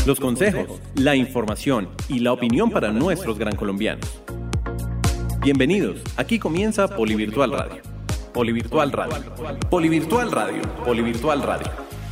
Los consejos, la información y la opinión para nuestros gran colombianos. Bienvenidos, aquí comienza Polivirtual Radio. Polivirtual Radio. Polivirtual Radio. Polivirtual Radio.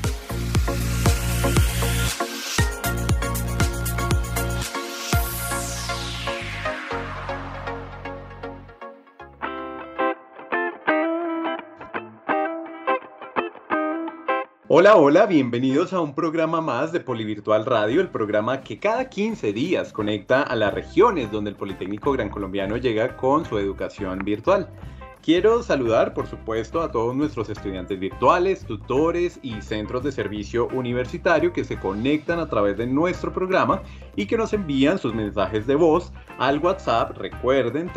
Hola, bienvenidos a un programa más de Polivirtual Radio, el programa que cada 15 días conecta a las regiones donde el Politécnico Gran Colombiano llega con su educación virtual. Quiero saludar, por supuesto, a todos nuestros estudiantes virtuales, tutores y centros de servicio universitario que se conectan a través de nuestro programa y que nos envían sus mensajes de voz al WhatsApp. Recuerden,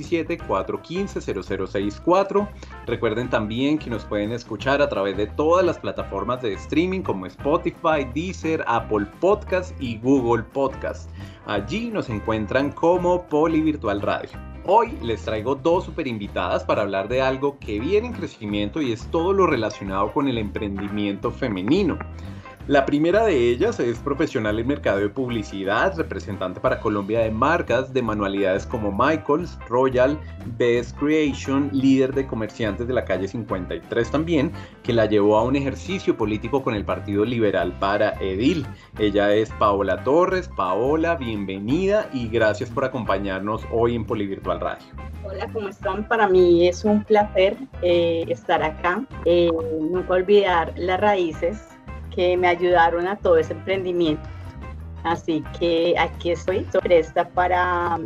317-415-0064. Recuerden también que nos pueden escuchar a través de todas las plataformas de streaming como Spotify, Deezer, Apple Podcast y Google Podcast. Allí nos encuentran como Polivirtual Radio. Hoy les traigo dos super invitadas para hablar de algo que viene en crecimiento y es todo lo relacionado con el emprendimiento femenino. La primera de ellas es profesional en mercado de publicidad, representante para Colombia de marcas de manualidades como Michaels, Royal, Best Creation, líder de comerciantes de la calle 53 también, que la llevó a un ejercicio político con el Partido Liberal para Edil. Ella es Paola Torres. Paola, bienvenida y gracias por acompañarnos hoy en Polivirtual Radio. Hola, ¿cómo están? Para mí es un placer estar acá. Nunca olvidar las raíces que me ayudaron a todo ese emprendimiento. Así que aquí estoy presta para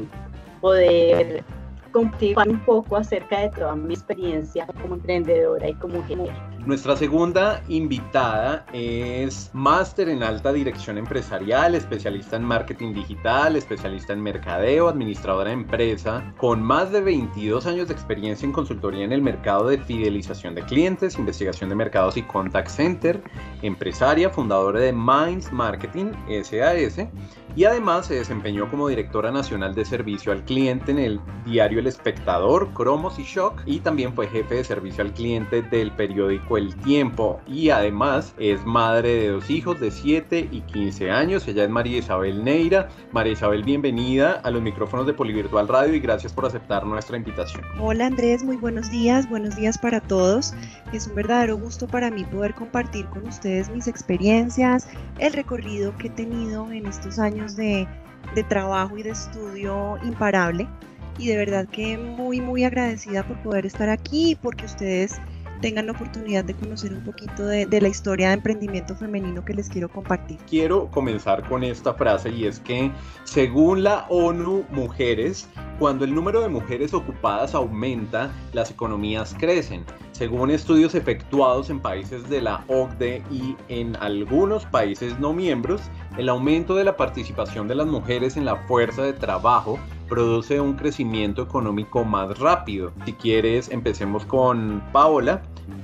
poder compartir un poco acerca de toda mi experiencia como emprendedora y como mujer. Nuestra segunda invitada es máster en alta dirección empresarial, especialista en marketing digital, especialista en mercadeo, administradora de empresa, con más de 22 años de experiencia en consultoría en el mercado de fidelización de clientes, investigación de mercados y contact center, empresaria, fundadora de Minds Marketing SAS, y además se desempeñó como directora nacional de servicio al cliente en el diario El Espectador, Cromos y Shock, y también fue jefe de servicio al cliente del periódico El Tiempo, y además es madre de dos hijos de 7 y 15 años. Ella es María Isabel Neira. María Isabel, bienvenida a los micrófonos de Polivirtual Radio y gracias por aceptar nuestra invitación. Hola Andrés, muy buenos días para todos. Es un verdadero gusto para mí poder compartir con ustedes mis experiencias, el recorrido que he tenido en estos años de trabajo y de estudio imparable, y de verdad que muy agradecida por poder estar aquí y porque ustedes tengan la oportunidad de conocer un poquito de la historia de emprendimiento femenino que les quiero compartir. Quiero comenzar con esta frase y es que según la ONU Mujeres, cuando el número de mujeres ocupadas aumenta, las economías crecen. Según estudios efectuados en países de la OCDE y en algunos países no miembros, el aumento de la participación de las mujeres en la fuerza de trabajo produce un crecimiento económico más rápido. Si quieres, empecemos con Paola.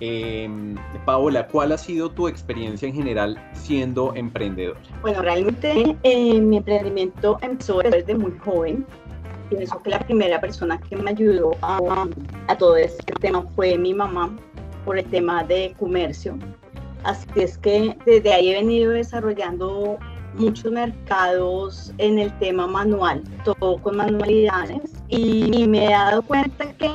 Paola, ¿cuál ha sido tu experiencia en general siendo emprendedora? Bueno, realmente mi emprendimiento empezó desde muy joven. Pienso que la primera persona que me ayudó a todo este tema fue mi mamá, por el tema de comercio. Así es que desde ahí he venido desarrollando muchos mercados en el tema manual, todo con manualidades, y me he dado cuenta que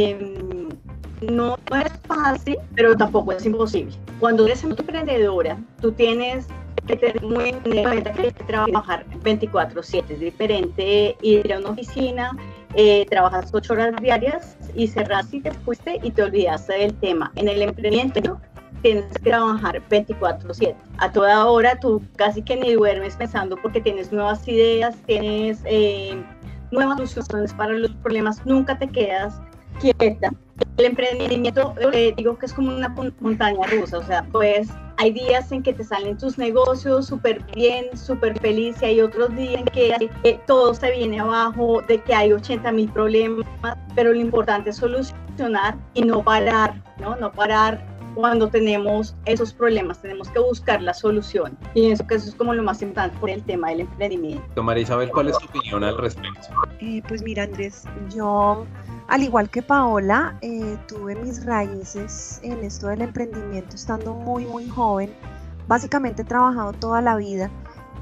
no es fácil, pero tampoco es imposible. Cuando eres emprendedora, tú tienes que tener muy en cuenta que hay que trabajar 24/7. Es diferente ir a una oficina, trabajas 8 horas diarias y cerras y te fuiste y te olvidaste del tema. En el emprendimiento tienes que trabajar 24/7. A toda hora tú casi que ni duermes pensando porque tienes nuevas ideas, tienes nuevas soluciones para los problemas, nunca te quedas quieta. El emprendimiento, digo que es como una montaña rusa, o sea, pues hay días en que te salen tus negocios súper bien, súper feliz, y hay otros días en que todo se viene abajo, de que hay 80,000 problemas, pero lo importante es solucionar y no parar, no parar cuando tenemos esos problemas, tenemos que buscar la solución. Y pienso que eso es como lo más importante por el tema del emprendimiento. María Isabel, ¿cuál es tu opinión al respecto? Pues mira Andrés, yo al igual que Paola, tuve mis raíces en esto del emprendimiento estando muy joven. Básicamente he trabajado toda la vida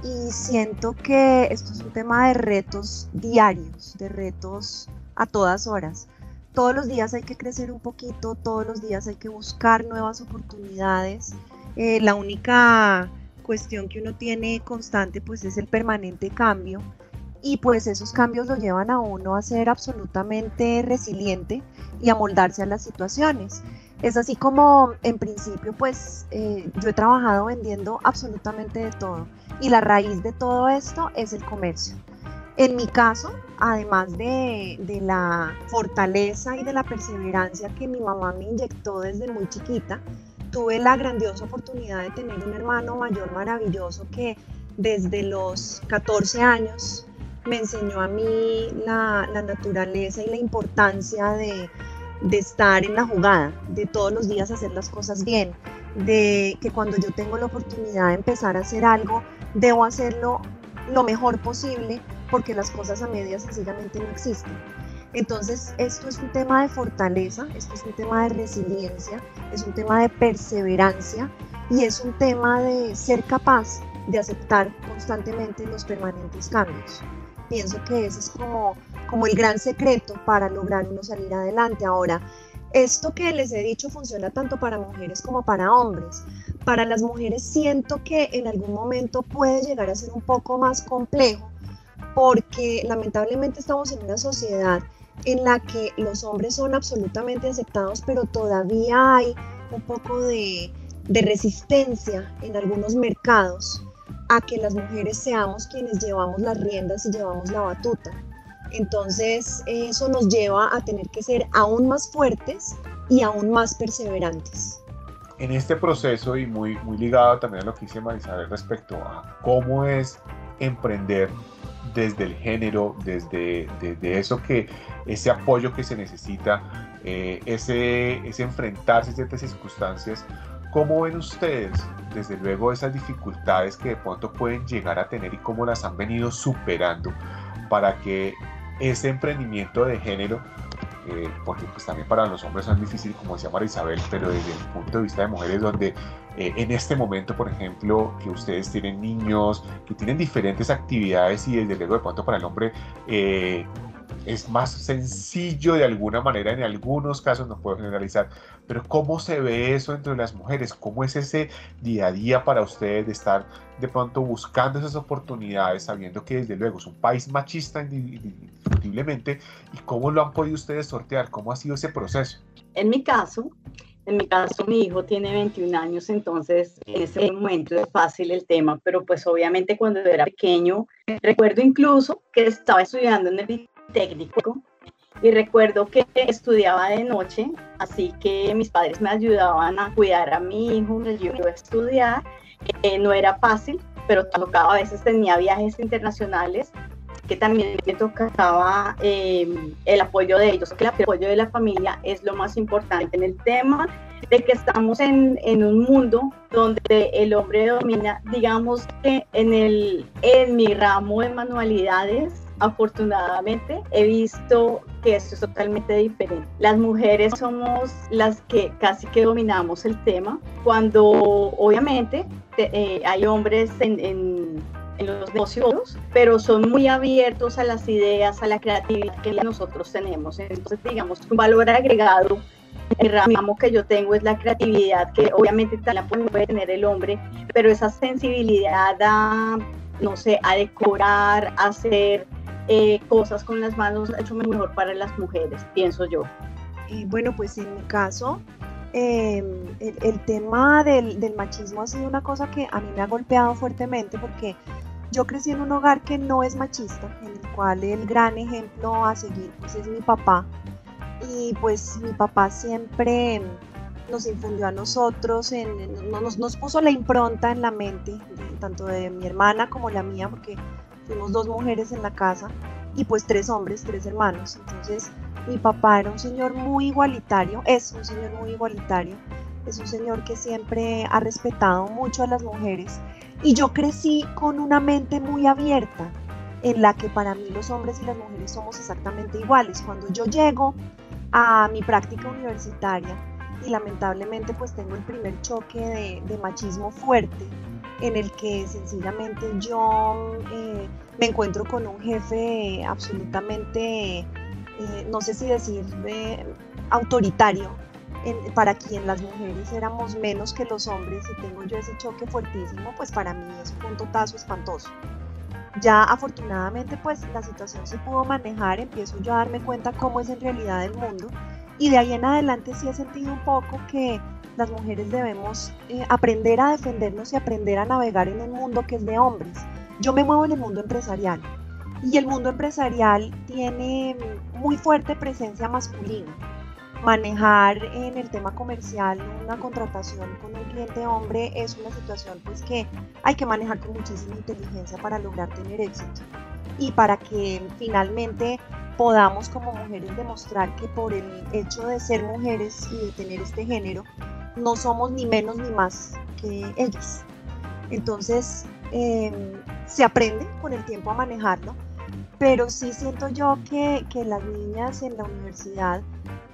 y siento que esto es un tema de retos diarios, de retos a todas horas. Todos los días hay que crecer un poquito, todos los días hay que buscar nuevas oportunidades. La única cuestión que uno tiene constante pues es el permanente cambio, y pues esos cambios lo llevan a uno a ser absolutamente resiliente y a moldarse a las situaciones. Es así como en principio pues yo he trabajado vendiendo absolutamente de todo, y la raíz de todo esto es el comercio. En mi caso, además de la fortaleza y de la perseverancia que mi mamá me inyectó desde muy chiquita, tuve la grandiosa oportunidad de tener un hermano mayor maravilloso que desde los 14 años me enseñó a mí la naturaleza y la importancia de estar en la jugada, de todos los días hacer las cosas bien, de que cuando yo tengo la oportunidad de empezar a hacer algo, debo hacerlo lo mejor posible, porque las cosas a medias sencillamente no existen. Entonces, esto es un tema de fortaleza, esto es un tema de resiliencia, es un tema de perseverancia, y es un tema de ser capaz de aceptar constantemente los permanentes cambios. Pienso que ese es como el gran secreto para lograr uno salir adelante. Ahora, esto que les he dicho funciona tanto para mujeres como para hombres. Para las mujeres siento que en algún momento puede llegar a ser un poco más complejo, porque lamentablemente estamos en una sociedad en la que los hombres son absolutamente aceptados, pero todavía hay un poco de resistencia en algunos mercados a que las mujeres seamos quienes llevamos las riendas y llevamos la batuta. Entonces eso nos lleva a tener que ser aún más fuertes y aún más perseverantes. En este proceso, y muy ligado también a lo que dice Marisabel respecto a cómo es emprender desde el género, desde eso, que ese apoyo que se necesita, ese enfrentarse a ciertas circunstancias, ¿cómo ven ustedes, desde luego, esas dificultades que de pronto pueden llegar a tener y cómo las han venido superando para que ese emprendimiento de género, porque pues también para los hombres es difícil, como decía María Isabel, pero desde el punto de vista de mujeres, donde en este momento, por ejemplo, que ustedes tienen niños, que tienen diferentes actividades, y desde luego de pronto para el hombre es más sencillo de alguna manera, en algunos casos, no puedo generalizar, pero ¿cómo se ve eso entre las mujeres? ¿Cómo es ese día a día para ustedes de estar de pronto buscando esas oportunidades, sabiendo que desde luego es un país machista indiscutiblemente, y cómo lo han podido ustedes sortear? ¿Cómo ha sido ese proceso? En mi caso, mi hijo tiene 21 años, entonces en ese momento es fácil el tema, pero pues obviamente cuando era pequeño, recuerdo incluso que estaba estudiando en el técnico, y recuerdo que estudiaba de noche, así que mis padres me ayudaban a cuidar a mi hijo mientras yo iba a estudiar. No era fácil, pero tocaba, a veces tenía viajes internacionales que también me tocaba el apoyo de ellos, que el apoyo de la familia es lo más importante en el tema de que estamos en un mundo donde el hombre domina. Digamos que en mi ramo de manualidades, afortunadamente he visto que esto es totalmente diferente. Las mujeres somos las que casi que dominamos el tema, cuando obviamente hay hombres en los negocios, pero son muy abiertos a las ideas, a la creatividad que nosotros tenemos. Entonces, digamos, un valor agregado, el ramo que yo tengo es la creatividad, que obviamente también puede tener el hombre, pero esa sensibilidad a decorar, a hacer cosas con las manos, ha hecho mejor para las mujeres, pienso yo. Bueno, pues en mi caso, el tema del machismo ha sido una cosa que a mí me ha golpeado fuertemente, porque yo crecí en un hogar que no es machista, en el cual el gran ejemplo a seguir pues es mi papá, y pues mi papá siempre nos infundió a nosotros, nos puso la impronta en la mente, tanto de mi hermana como la mía, porque fuimos 2 mujeres en la casa y pues 3 hombres, 3 hermanos. Entonces mi papá era un señor muy igualitario, es un señor muy igualitario, es un señor que siempre ha respetado mucho a las mujeres, y yo crecí con una mente muy abierta en la que para mí los hombres y las mujeres somos exactamente iguales. Cuando yo llego a mi práctica universitaria y lamentablemente pues tengo el primer choque de machismo fuerte, en el que sencillamente yo me encuentro con un jefe absolutamente, no sé si decir autoritario, para quien las mujeres éramos menos que los hombres, y tengo yo ese choque fuertísimo, pues para mí es un totazo espantoso. Ya afortunadamente pues la situación se pudo manejar, empiezo yo a darme cuenta cómo es en realidad el mundo, y de ahí en adelante sí he sentido un poco que las mujeres debemos aprender a defendernos y aprender a navegar en un mundo que es de hombres. Yo me muevo en el mundo empresarial, y el mundo empresarial tiene muy fuerte presencia masculina. Manejar en el tema comercial una contratación con un cliente hombre es una situación pues que hay que manejar con muchísima inteligencia para lograr tener éxito, y para que finalmente podamos como mujeres demostrar que por el hecho de ser mujeres y de tener este género no somos ni menos ni más que ellas. Entonces se aprende con el tiempo a manejarlo, pero sí siento yo que las niñas en la universidad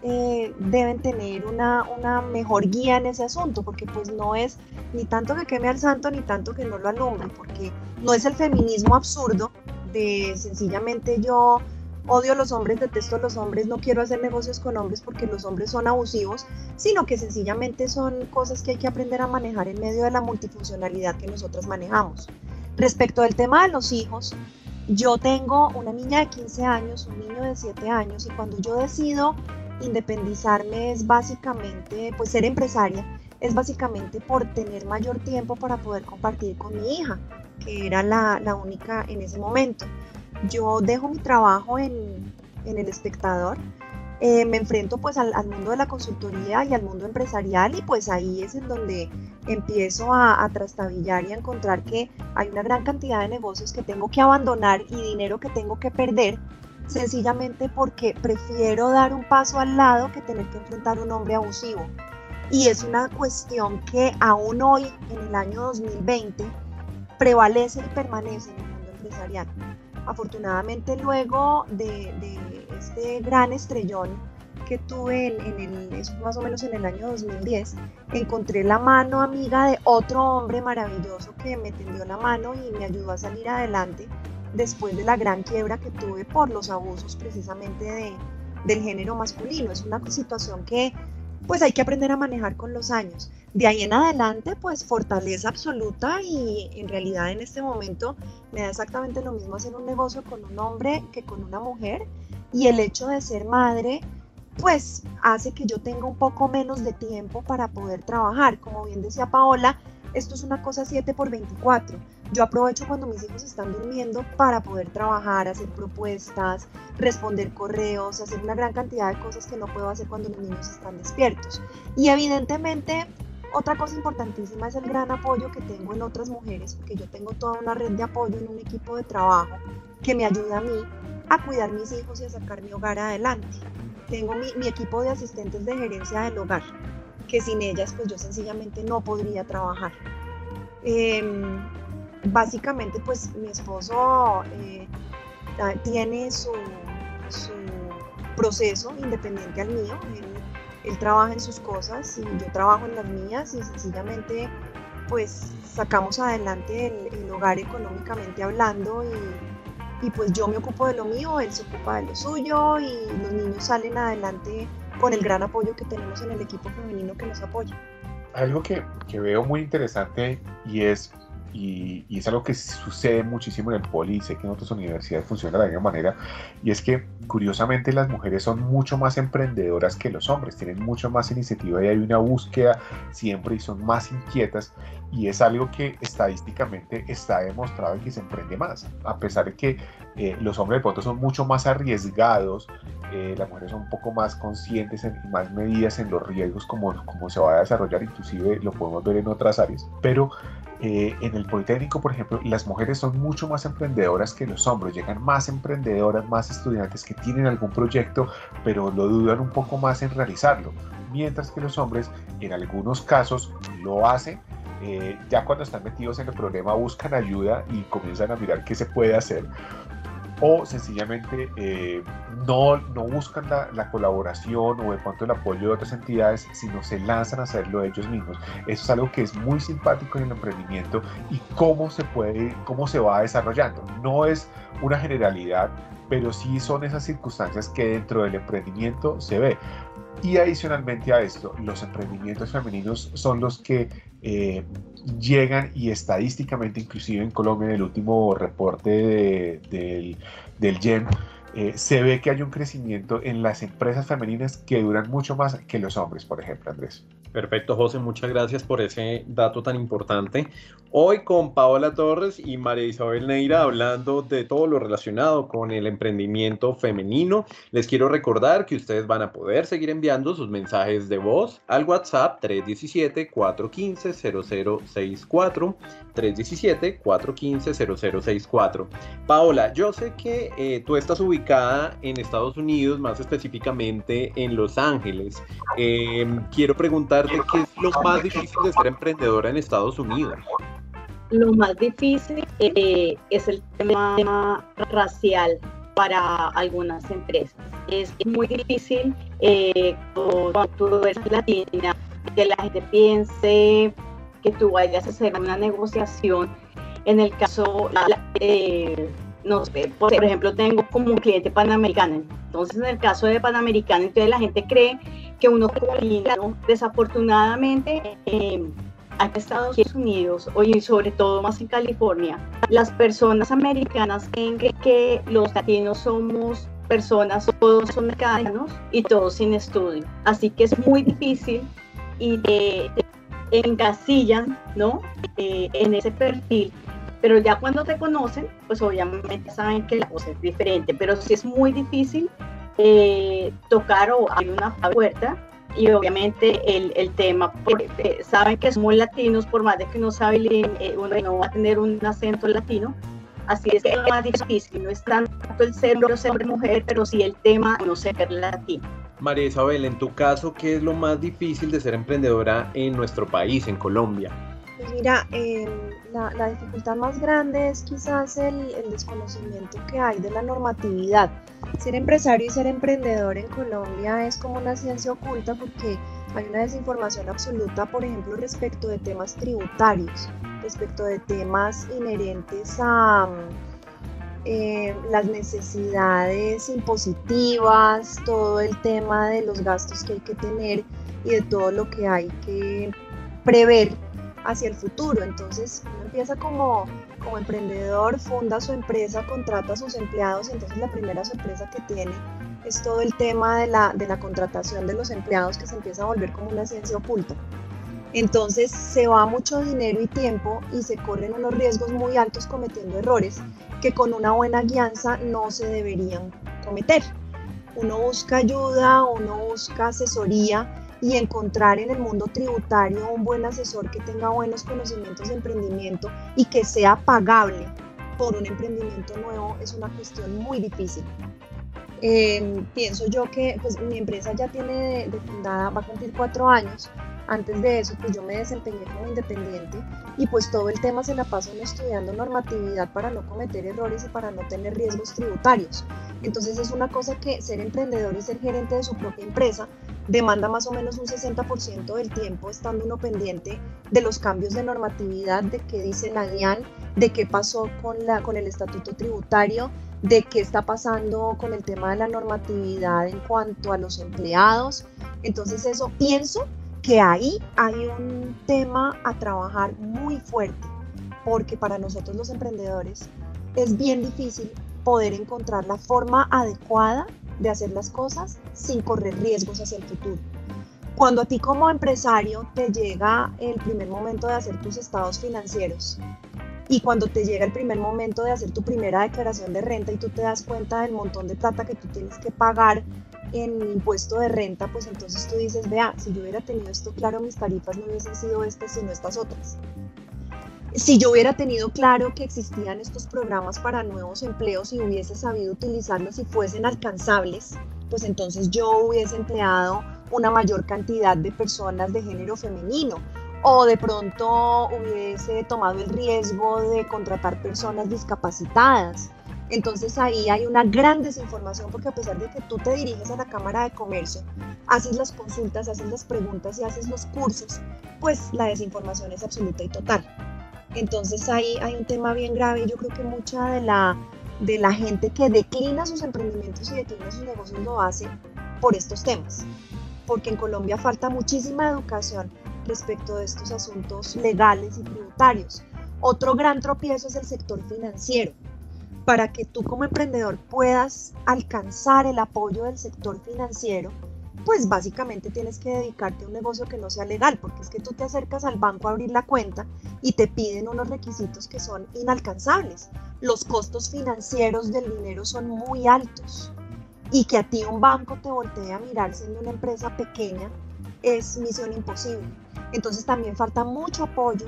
deben tener una mejor guía en ese asunto, porque pues no es ni tanto que queme al santo ni tanto que no lo alumbre, porque no es el feminismo absurdo de sencillamente yo odio a los hombres, detesto a los hombres, no quiero hacer negocios con hombres porque los hombres son abusivos, sino que sencillamente son cosas que hay que aprender a manejar en medio de la multifuncionalidad que nosotras manejamos. Respecto del tema de los hijos, yo tengo una niña de 15 años, un niño de 7 años, y cuando yo decido independizarme es básicamente, pues ser empresaria, es básicamente por tener mayor tiempo para poder compartir con mi hija, que era la única en ese momento. Yo dejo mi trabajo en El Espectador, me enfrento pues al mundo de la consultoría y al mundo empresarial, y pues ahí es en donde empiezo a trastabillar y a encontrar que hay una gran cantidad de negocios que tengo que abandonar y dinero que tengo que perder, sencillamente porque prefiero dar un paso al lado que tener que enfrentar a un hombre abusivo. Y es una cuestión que aún hoy, en el año 2020, prevalece y permanece en el mundo empresarial. Afortunadamente, luego de este gran estrellón que tuve más o menos en el año 2010, encontré la mano amiga de otro hombre maravilloso que me tendió la mano y me ayudó a salir adelante después de la gran quiebra que tuve por los abusos precisamente del género masculino. Es una situación que pues hay que aprender a manejar con los años. De ahí en adelante, pues fortaleza absoluta, y en realidad en este momento me da exactamente lo mismo hacer un negocio con un hombre que con una mujer, y el hecho de ser madre pues hace que yo tenga un poco menos de tiempo para poder trabajar. Como bien decía Paola, esto es una cosa 7x24. Yo aprovecho cuando mis hijos están durmiendo para poder trabajar, hacer propuestas, responder correos, hacer una gran cantidad de cosas que no puedo hacer cuando los niños están despiertos. Y evidentemente, otra cosa importantísima es el gran apoyo que tengo en otras mujeres, porque yo tengo toda una red de apoyo en un equipo de trabajo que me ayuda a mí a cuidar mis hijos y a sacar mi hogar adelante. Tengo mi equipo de asistentes de gerencia del hogar, que sin ellas pues yo sencillamente no podría trabajar. Básicamente pues mi esposo tiene su proceso independiente al mío. Él trabaja en sus cosas y yo trabajo en las mías, y sencillamente pues sacamos adelante el hogar económicamente hablando, y pues yo me ocupo de lo mío, él se ocupa de lo suyo, y los niños salen adelante con el gran apoyo que tenemos en el equipo femenino que nos apoya. Algo que veo muy interesante y es algo que sucede muchísimo en el Poli, y sé que en otras universidades funciona de la misma manera, y es que curiosamente las mujeres son mucho más emprendedoras que los hombres, tienen mucho más iniciativa y hay una búsqueda siempre y son más inquietas, y es algo que estadísticamente está demostrado que se emprende más, a pesar de que los hombres de pronto son mucho más arriesgados, las mujeres son un poco más conscientes y más medidas en los riesgos como se va a desarrollar, inclusive lo podemos ver en otras áreas, pero en el Politécnico, por ejemplo, las mujeres son mucho más emprendedoras que los hombres, llegan más emprendedoras, más estudiantes que tienen algún proyecto, pero lo dudan un poco más en realizarlo, mientras que los hombres en algunos casos lo hacen, ya cuando están metidos en el problema buscan ayuda y comienzan a mirar qué se puede hacer. o sencillamente no buscan la colaboración o de pronto el apoyo de otras entidades, sino se lanzan a hacerlo ellos mismos. Eso es algo que es muy simpático en el emprendimiento y cómo se va desarrollando. No es una generalidad, pero sí son esas circunstancias que dentro del emprendimiento se ve. Y adicionalmente a esto, los emprendimientos femeninos son los que llegan, y estadísticamente, inclusive en Colombia, en el último reporte del GEM, se ve que hay un crecimiento en las empresas femeninas que duran mucho más que los hombres, por ejemplo, Andrés. Perfecto, José, muchas gracias por ese dato tan importante. Hoy con Paola Torres y María Isabel Neira hablando de todo lo relacionado con el emprendimiento femenino. Les quiero recordar que ustedes van a poder seguir enviando sus mensajes de voz al WhatsApp 317-415-0064, 317-415-0064. Paola, yo sé que tú estás ubicada en Estados Unidos, más específicamente en Los Ángeles. Quiero preguntarte qué es lo más difícil de ser emprendedora en Estados Unidos. Lo más difícil es el tema racial para algunas empresas. Es muy difícil cuando tú eres latina, que la gente piense que tú vayas a hacer una negociación. En el caso, no sé, por ejemplo, tengo como un cliente panamericano. Entonces, en el caso de Panamericana, entonces la gente cree que uno como latino, desafortunadamente, aquí en Estados Unidos, y sobre todo más en California, las personas americanas creen que los latinos somos personas, todos son mexicanos y todos sin estudio. Así que es muy difícil y encasillan, ¿no? En ese perfil. Pero ya cuando te conocen, pues obviamente saben que la cosa es diferente. Pero sí es muy difícil tocar o abrir una puerta. Y obviamente el tema, porque saben que somos latinos, por más de que uno sabe, uno no va a tener un acento latino. Así es que es más difícil, no es tanto el ser mujer, pero sí el tema de no ser latino. María Isabel, en tu caso, ¿qué es lo más difícil de ser emprendedora en nuestro país, en Colombia? Pues mira, la dificultad más grande es quizás el desconocimiento que hay de la normatividad. Ser empresario y ser emprendedor en Colombia es como una ciencia oculta porque hay una desinformación absoluta, por ejemplo, respecto de temas tributarios, respecto de temas inherentes a las necesidades impositivas, todo el tema de los gastos que hay que tener y de todo lo que hay que prever hacia el futuro. Entonces uno empieza como emprendedor, funda su empresa, contrata a sus empleados y entonces la primera sorpresa que tiene es todo el tema de la contratación de los empleados, que se empieza a volver como una ciencia oculta. Entonces se va mucho dinero y tiempo y se corren unos riesgos muy altos cometiendo errores que con una buena guianza no se deberían cometer. Uno busca ayuda, uno busca asesoría, y encontrar en el mundo tributario un buen asesor que tenga buenos conocimientos de emprendimiento y que sea pagable por un emprendimiento nuevo es una cuestión muy difícil. Pienso yo que pues, mi empresa ya tiene de fundada, va a cumplir 4 años. Antes de eso, pues yo me desempeñé como independiente y pues todo el tema se la paso estudiando normatividad para no cometer errores y para no tener riesgos tributarios. Entonces es una cosa que ser emprendedor y ser gerente de su propia empresa demanda más o menos un 60% del tiempo estando uno pendiente de los cambios de normatividad, de qué dice la DIAN, de qué pasó con el estatuto tributario, de qué está pasando con el tema de la normatividad en cuanto a los empleados. Entonces eso pienso que ahí hay un tema a trabajar muy fuerte, porque para nosotros los emprendedores es bien difícil poder encontrar la forma adecuada de hacer las cosas sin correr riesgos hacia el futuro. Cuando a ti como empresario te llega el primer momento de hacer tus estados financieros y cuando te llega el primer momento de hacer tu primera declaración de renta y tú te das cuenta del montón de plata que tú tienes que pagar en impuesto de renta, pues entonces tú dices, vea, si yo hubiera tenido esto claro, mis tarifas no hubiesen sido estas sino estas otras. Si yo hubiera tenido claro que existían estos programas para nuevos empleos y hubiese sabido utilizarlos y fuesen alcanzables, pues entonces yo hubiese empleado una mayor cantidad de personas de género femenino, o de pronto hubiese tomado el riesgo de contratar personas discapacitadas. Entonces ahí hay una gran desinformación, porque a pesar de que tú te diriges a la Cámara de Comercio, haces las consultas, haces las preguntas y haces los cursos, pues la desinformación es absoluta y total. Entonces ahí hay un tema bien grave, y yo creo que mucha de la gente que declina sus emprendimientos y declina sus negocios lo hace por estos temas, porque en Colombia falta muchísima educación respecto de estos asuntos legales y tributarios. Otro gran tropiezo es el sector financiero. Para que tú como emprendedor puedas alcanzar el apoyo del sector financiero, pues básicamente tienes que dedicarte a un negocio que no sea legal, porque es que tú te acercas al banco a abrir la cuenta y te piden unos requisitos que son inalcanzables. Los costos financieros del dinero son muy altos, y que a ti un banco te voltee a mirar siendo una empresa pequeña es misión imposible. Entonces también falta mucho apoyo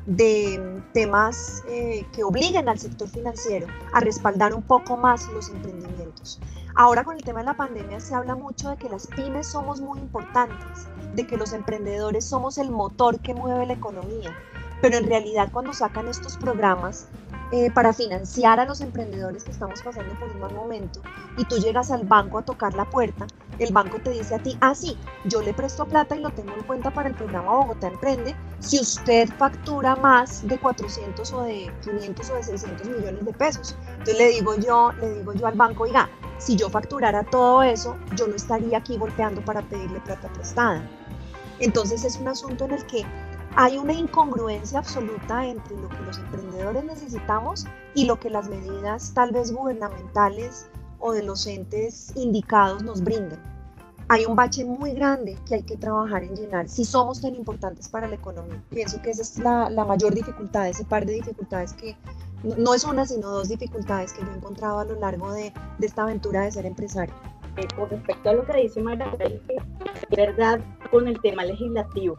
de temas que obliguen al sector financiero a respaldar un poco más los emprendimientos. Ahora con el tema de la pandemia se habla mucho de que las pymes somos muy importantes, de que los emprendedores somos el motor que mueve la economía, pero en realidad cuando sacan estos programas para financiar a los emprendedores que estamos pasando por un mal momento, y tú llegas al banco a tocar la puerta, el banco te dice a ti, sí, yo le presto plata y lo tengo en cuenta para el programa Bogotá Emprende, si usted factura más de 400 o de 500 o de 600 millones de pesos. Entonces le digo yo al banco, oiga, si yo facturara todo eso, yo no estaría aquí golpeando para pedirle plata prestada. Entonces es un asunto en el que hay una incongruencia absoluta entre lo que los emprendedores necesitamos y lo que las medidas tal vez gubernamentales o de los entes indicados nos brindan. Hay un bache muy grande que hay que trabajar en llenar si somos tan importantes para la economía. Pienso que esa es la mayor dificultad, ese par de dificultades que no es una, sino dos dificultades que yo he encontrado a lo largo de esta aventura de ser empresario. Con respecto a lo que dice Margarita, es verdad con el tema legislativo.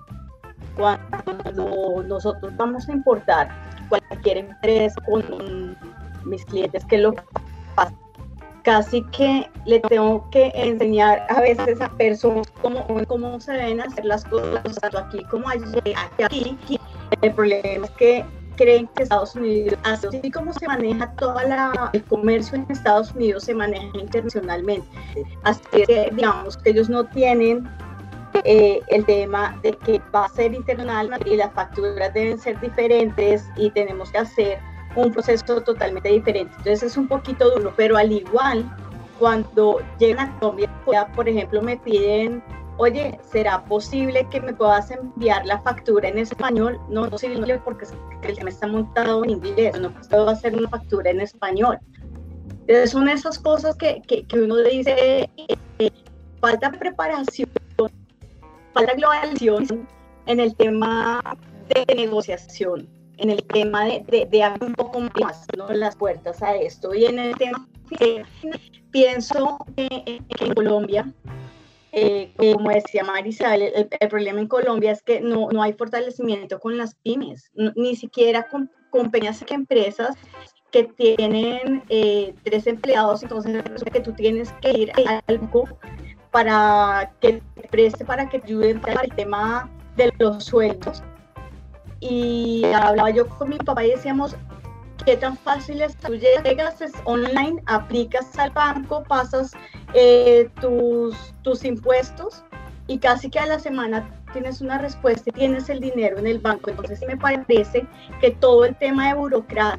Cuando nosotros vamos a importar cualquier empresa con mis clientes, que lo pasa, casi que le tengo que enseñar a veces a personas cómo se deben hacer las cosas, tanto aquí como aquí. El problema es que creen que Estados Unidos, así como se maneja todo el comercio en Estados Unidos, se maneja internacionalmente. Así que digamos que ellos no tienen el tema de que va a ser internacional y las facturas deben ser diferentes y tenemos que hacer un proceso totalmente diferente. Entonces es un poquito duro, pero al igual cuando llegan a Colombia, por ejemplo, me piden, oye, ¿será posible que me puedas enviar la factura en español? No es posible porque el tema está montado en inglés, no puedo hacer una factura en español. Entonces son esas cosas que uno dice, falta preparación, falta globalización en el tema de negociación, en el tema de abrir un poco más, ¿no?, las puertas a esto. Y en el tema que pienso que en Colombia, como decía Marisabel, el problema en Colombia es que no hay fortalecimiento con las pymes, ni siquiera con pequeñas empresas que tienen 3 empleados, entonces que tú tienes que ir al banco para que te preste, para que te ayuden para el tema de los sueldos. Y hablaba yo con mi papá y decíamos, ¿qué tan fácil es? Tú llegas, es online, aplicas al banco, pasas tus impuestos y casi que a la semana tienes una respuesta y tienes el dinero en el banco. Entonces sí me parece que todo el tema de burocracia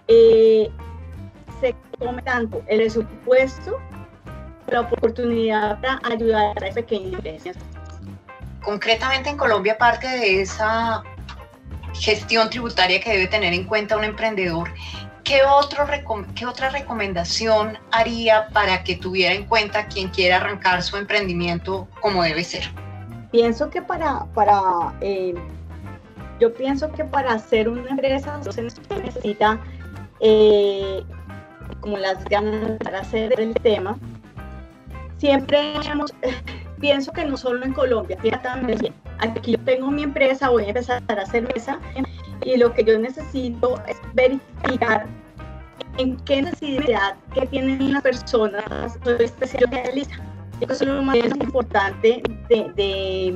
se come tanto el presupuesto, la oportunidad para ayudar a las pequeñas empresas. Concretamente en Colombia, aparte de esa gestión tributaria que debe tener en cuenta un emprendedor, ¿qué otra recomendación haría para que tuviera en cuenta quien quiera arrancar su emprendimiento como debe ser? Pienso que yo pienso que para hacer una empresa se necesita como las ganas de hacer el tema. Siempre pienso que no solo en Colombia, también aquí yo tengo mi empresa, voy a empezar a hacer mesa y lo que yo necesito es verificar en qué necesidad que tienen las personas. Soy especialista. Eso es lo más importante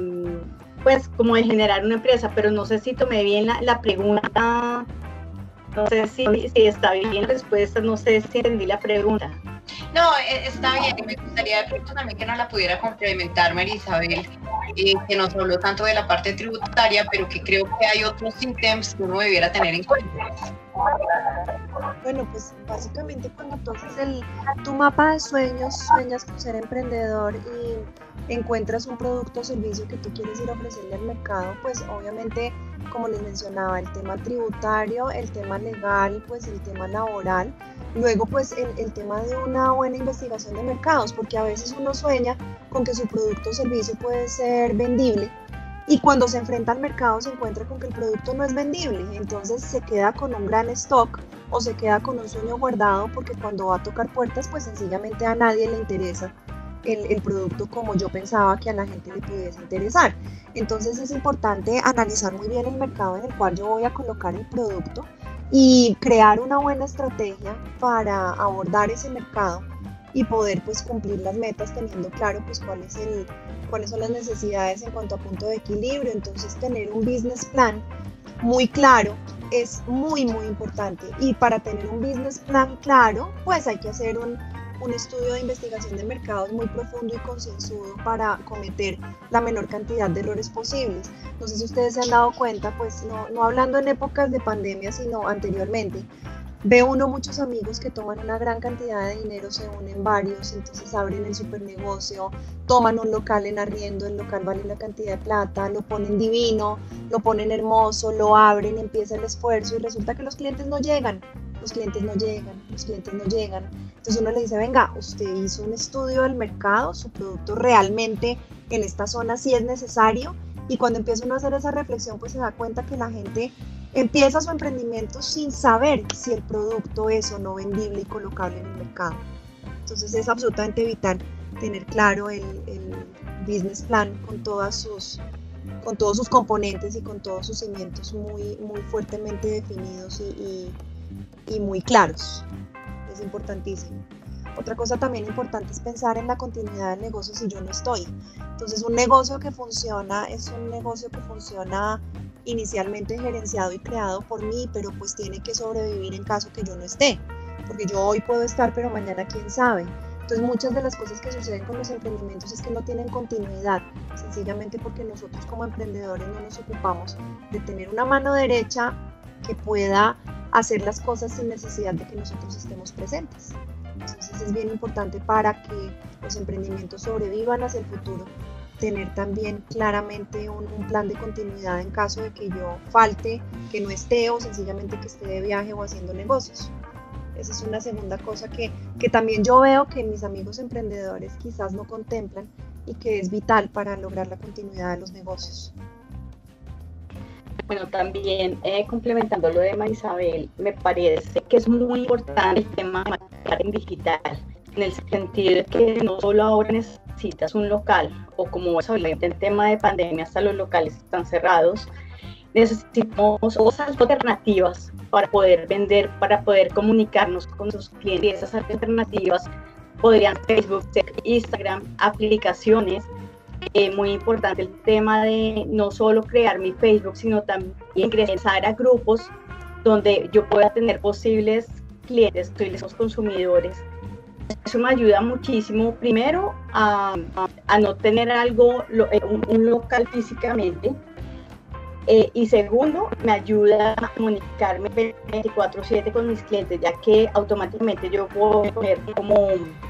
pues como de generar una empresa, pero no sé si tomé bien la pregunta No sé si está bien la respuesta, no sé si entendí la pregunta. No, está bien, y me gustaría de pronto también que nos la pudiera complementar María Isabel, que nos habló tanto de la parte tributaria, pero que creo que hay otros ítems que uno debiera tener en cuenta. Bueno, pues básicamente cuando tú haces tu mapa de sueños, sueñas con ser emprendedor y encuentras un producto o servicio que tú quieres ir a ofrecerle al mercado, pues obviamente, como les mencionaba, el tema tributario, el tema legal, pues el tema laboral, luego pues el tema de una buena investigación de mercados, porque a veces uno sueña con que su producto o servicio puede ser vendible, y cuando se enfrenta al mercado se encuentra con que el producto no es vendible, entonces se queda con un gran stock o se queda con un sueño guardado, porque cuando va a tocar puertas pues sencillamente a nadie le interesa el producto como yo pensaba que a la gente le pudiese interesar. Entonces es importante analizar muy bien el mercado en el cual yo voy a colocar el producto y crear una buena estrategia para abordar ese mercado y poder pues cumplir las metas teniendo claro pues cuáles son las necesidades en cuanto a punto de equilibrio. Entonces tener un business plan muy claro es muy importante, y para tener un business plan claro pues hay que hacer un estudio de investigación de mercados muy profundo y concienzudo para cometer la menor cantidad de errores posibles. No sé si ustedes se han dado cuenta, pues no hablando en épocas de pandemia, sino anteriormente, ve uno muchos amigos que toman una gran cantidad de dinero, se unen varios, entonces abren el supernegocio, toman un local en arriendo, el local vale una cantidad de plata, lo ponen divino, lo ponen hermoso, lo abren, empieza el esfuerzo y resulta que los clientes no llegan. Entonces uno le dice, venga, usted hizo un estudio del mercado, su producto realmente en esta zona sí es necesario, y cuando empieza uno a hacer esa reflexión pues se da cuenta que la gente empieza su emprendimiento sin saber si el producto es o no vendible y colocable en el mercado. Entonces es absolutamente vital tener claro el business plan con todos sus componentes y con todos sus cimientos muy fuertemente definidos y muy claros. Es importantísimo. Otra cosa también importante es pensar en la continuidad del negocio si yo no estoy. Entonces un negocio que funciona es un negocio que funciona inicialmente gerenciado y creado por mí, pero pues tiene que sobrevivir en caso que yo no esté, porque yo hoy puedo estar pero mañana quién sabe. Entonces muchas de las cosas que suceden con los emprendimientos es que no tienen continuidad, sencillamente porque nosotros como emprendedores no nos ocupamos de tener una mano derecha que pueda hacer las cosas sin necesidad de que nosotros estemos presentes. Entonces es bien importante para que los emprendimientos sobrevivan hacia el futuro, tener también claramente un plan de continuidad en caso de que yo falte, que no esté o sencillamente que esté de viaje o haciendo negocios. Esa es una segunda cosa que también yo veo que mis amigos emprendedores quizás no contemplan y que es vital para lograr la continuidad de los negocios. Bueno, también complementando lo de María Isabel, me parece que es muy importante el tema de marketing digital, en el sentido de que no solo ahora necesitas un local, o como obviamente en tema de pandemia hasta los locales están cerrados, necesitamos cosas alternativas para poder vender, para poder comunicarnos con nuestros clientes, y esas alternativas podrían ser Facebook, Instagram, aplicaciones. Muy importante el tema de no solo crear mi Facebook, sino también ingresar a grupos donde yo pueda tener posibles clientes, posibles consumidores. Eso me ayuda muchísimo, primero, a no tener un local físicamente, y segundo, me ayuda a comunicarme 24/7 con mis clientes, ya que automáticamente yo puedo poner como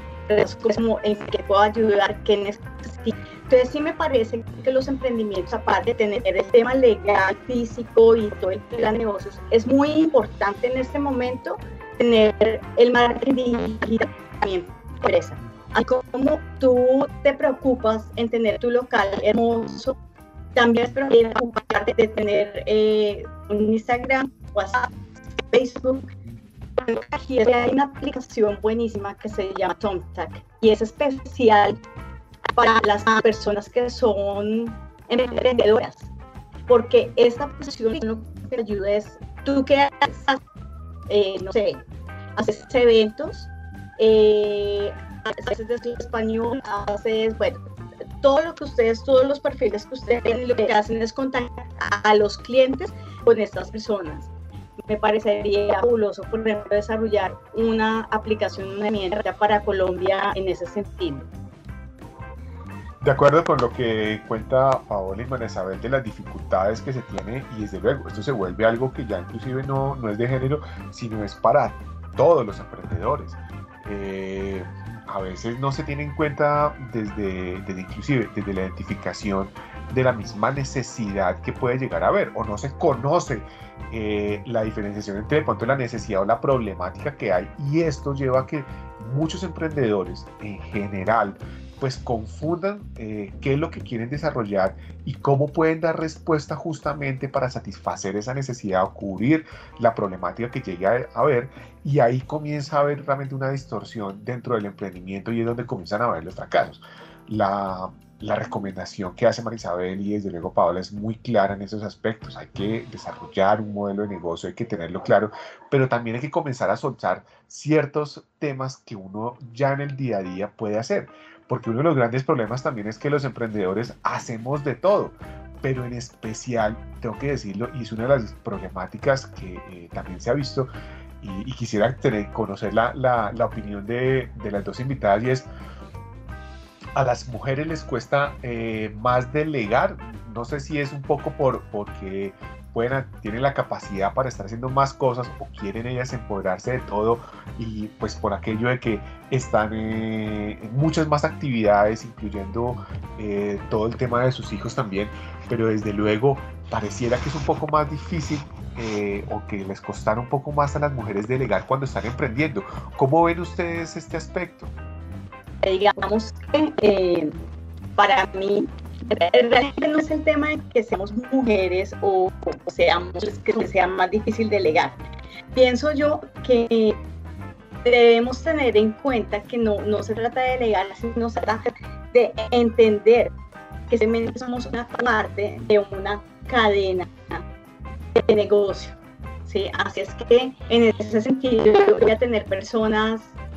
en qué puedo ayudar, qué necesito. Entonces sí me parece que los emprendimientos, aparte de tener el tema legal, físico y todo el plan de negocios, es muy importante en este momento tener el marketing digital también empresa. Así como tú te preocupas en tener tu local hermoso, también es preocuparte de tener un Instagram, WhatsApp, Facebook. Aquí hay una aplicación buenísima que se llama Thumbtack y es especial para las personas que son emprendedoras, porque esta aplicación lo que te ayuda es, tú que haces, no sé, haces eventos, haces de español, haces, bueno, todo lo que ustedes, todos los perfiles que ustedes tienen, lo que hacen es contactar a los clientes con estas personas. me parecería fabuloso, por ejemplo, desarrollar una aplicación, una herramienta para Colombia en ese sentido. De acuerdo con lo que cuenta Paola y María Isabel de las dificultades que se tiene, y desde luego esto se vuelve algo que ya inclusive no es de género, sino es para todos los emprendedores. A veces no se tiene en cuenta inclusive desde la identificación de la misma necesidad que puede llegar a haber, o no se conoce la diferenciación entre de pronto la necesidad o la problemática que hay, y esto lleva a que muchos emprendedores en general pues confundan qué es lo que quieren desarrollar y cómo pueden dar respuesta justamente para satisfacer esa necesidad o cubrir la problemática que llegue a haber, y ahí comienza a haber realmente una distorsión dentro del emprendimiento, y es donde comienzan a haber los fracasos. La recomendación que hace María Isabel y desde luego Paola es muy clara en esos aspectos. Hay que desarrollar un modelo de negocio, hay que tenerlo claro, pero también hay que comenzar a soltar ciertos temas que uno ya en el día a día puede hacer, porque uno de los grandes problemas también es que los emprendedores hacemos de todo, pero en especial, tengo que decirlo, y es una de las problemáticas que también se ha visto, y quisiera conocer la opinión de las dos invitadas, y es: a las mujeres les cuesta más delegar. No sé si es un poco porque tienen la capacidad para estar haciendo más cosas, o quieren ellas empoderarse de todo, y pues por aquello de que están en muchas más actividades, incluyendo todo el tema de sus hijos también, pero desde luego pareciera que es un poco más difícil o que les costará un poco más a las mujeres delegar cuando están emprendiendo. ¿Cómo ven ustedes este aspecto? Digamos que para mí realmente no es el tema de que seamos mujeres o seamos que sea más difícil delegar. Pienso yo que debemos tener en cuenta que no se trata de delegar, sino se trata de entender que somos una parte de una cadena de negocio, ¿sí? Así es que en ese sentido yo voy a tener personas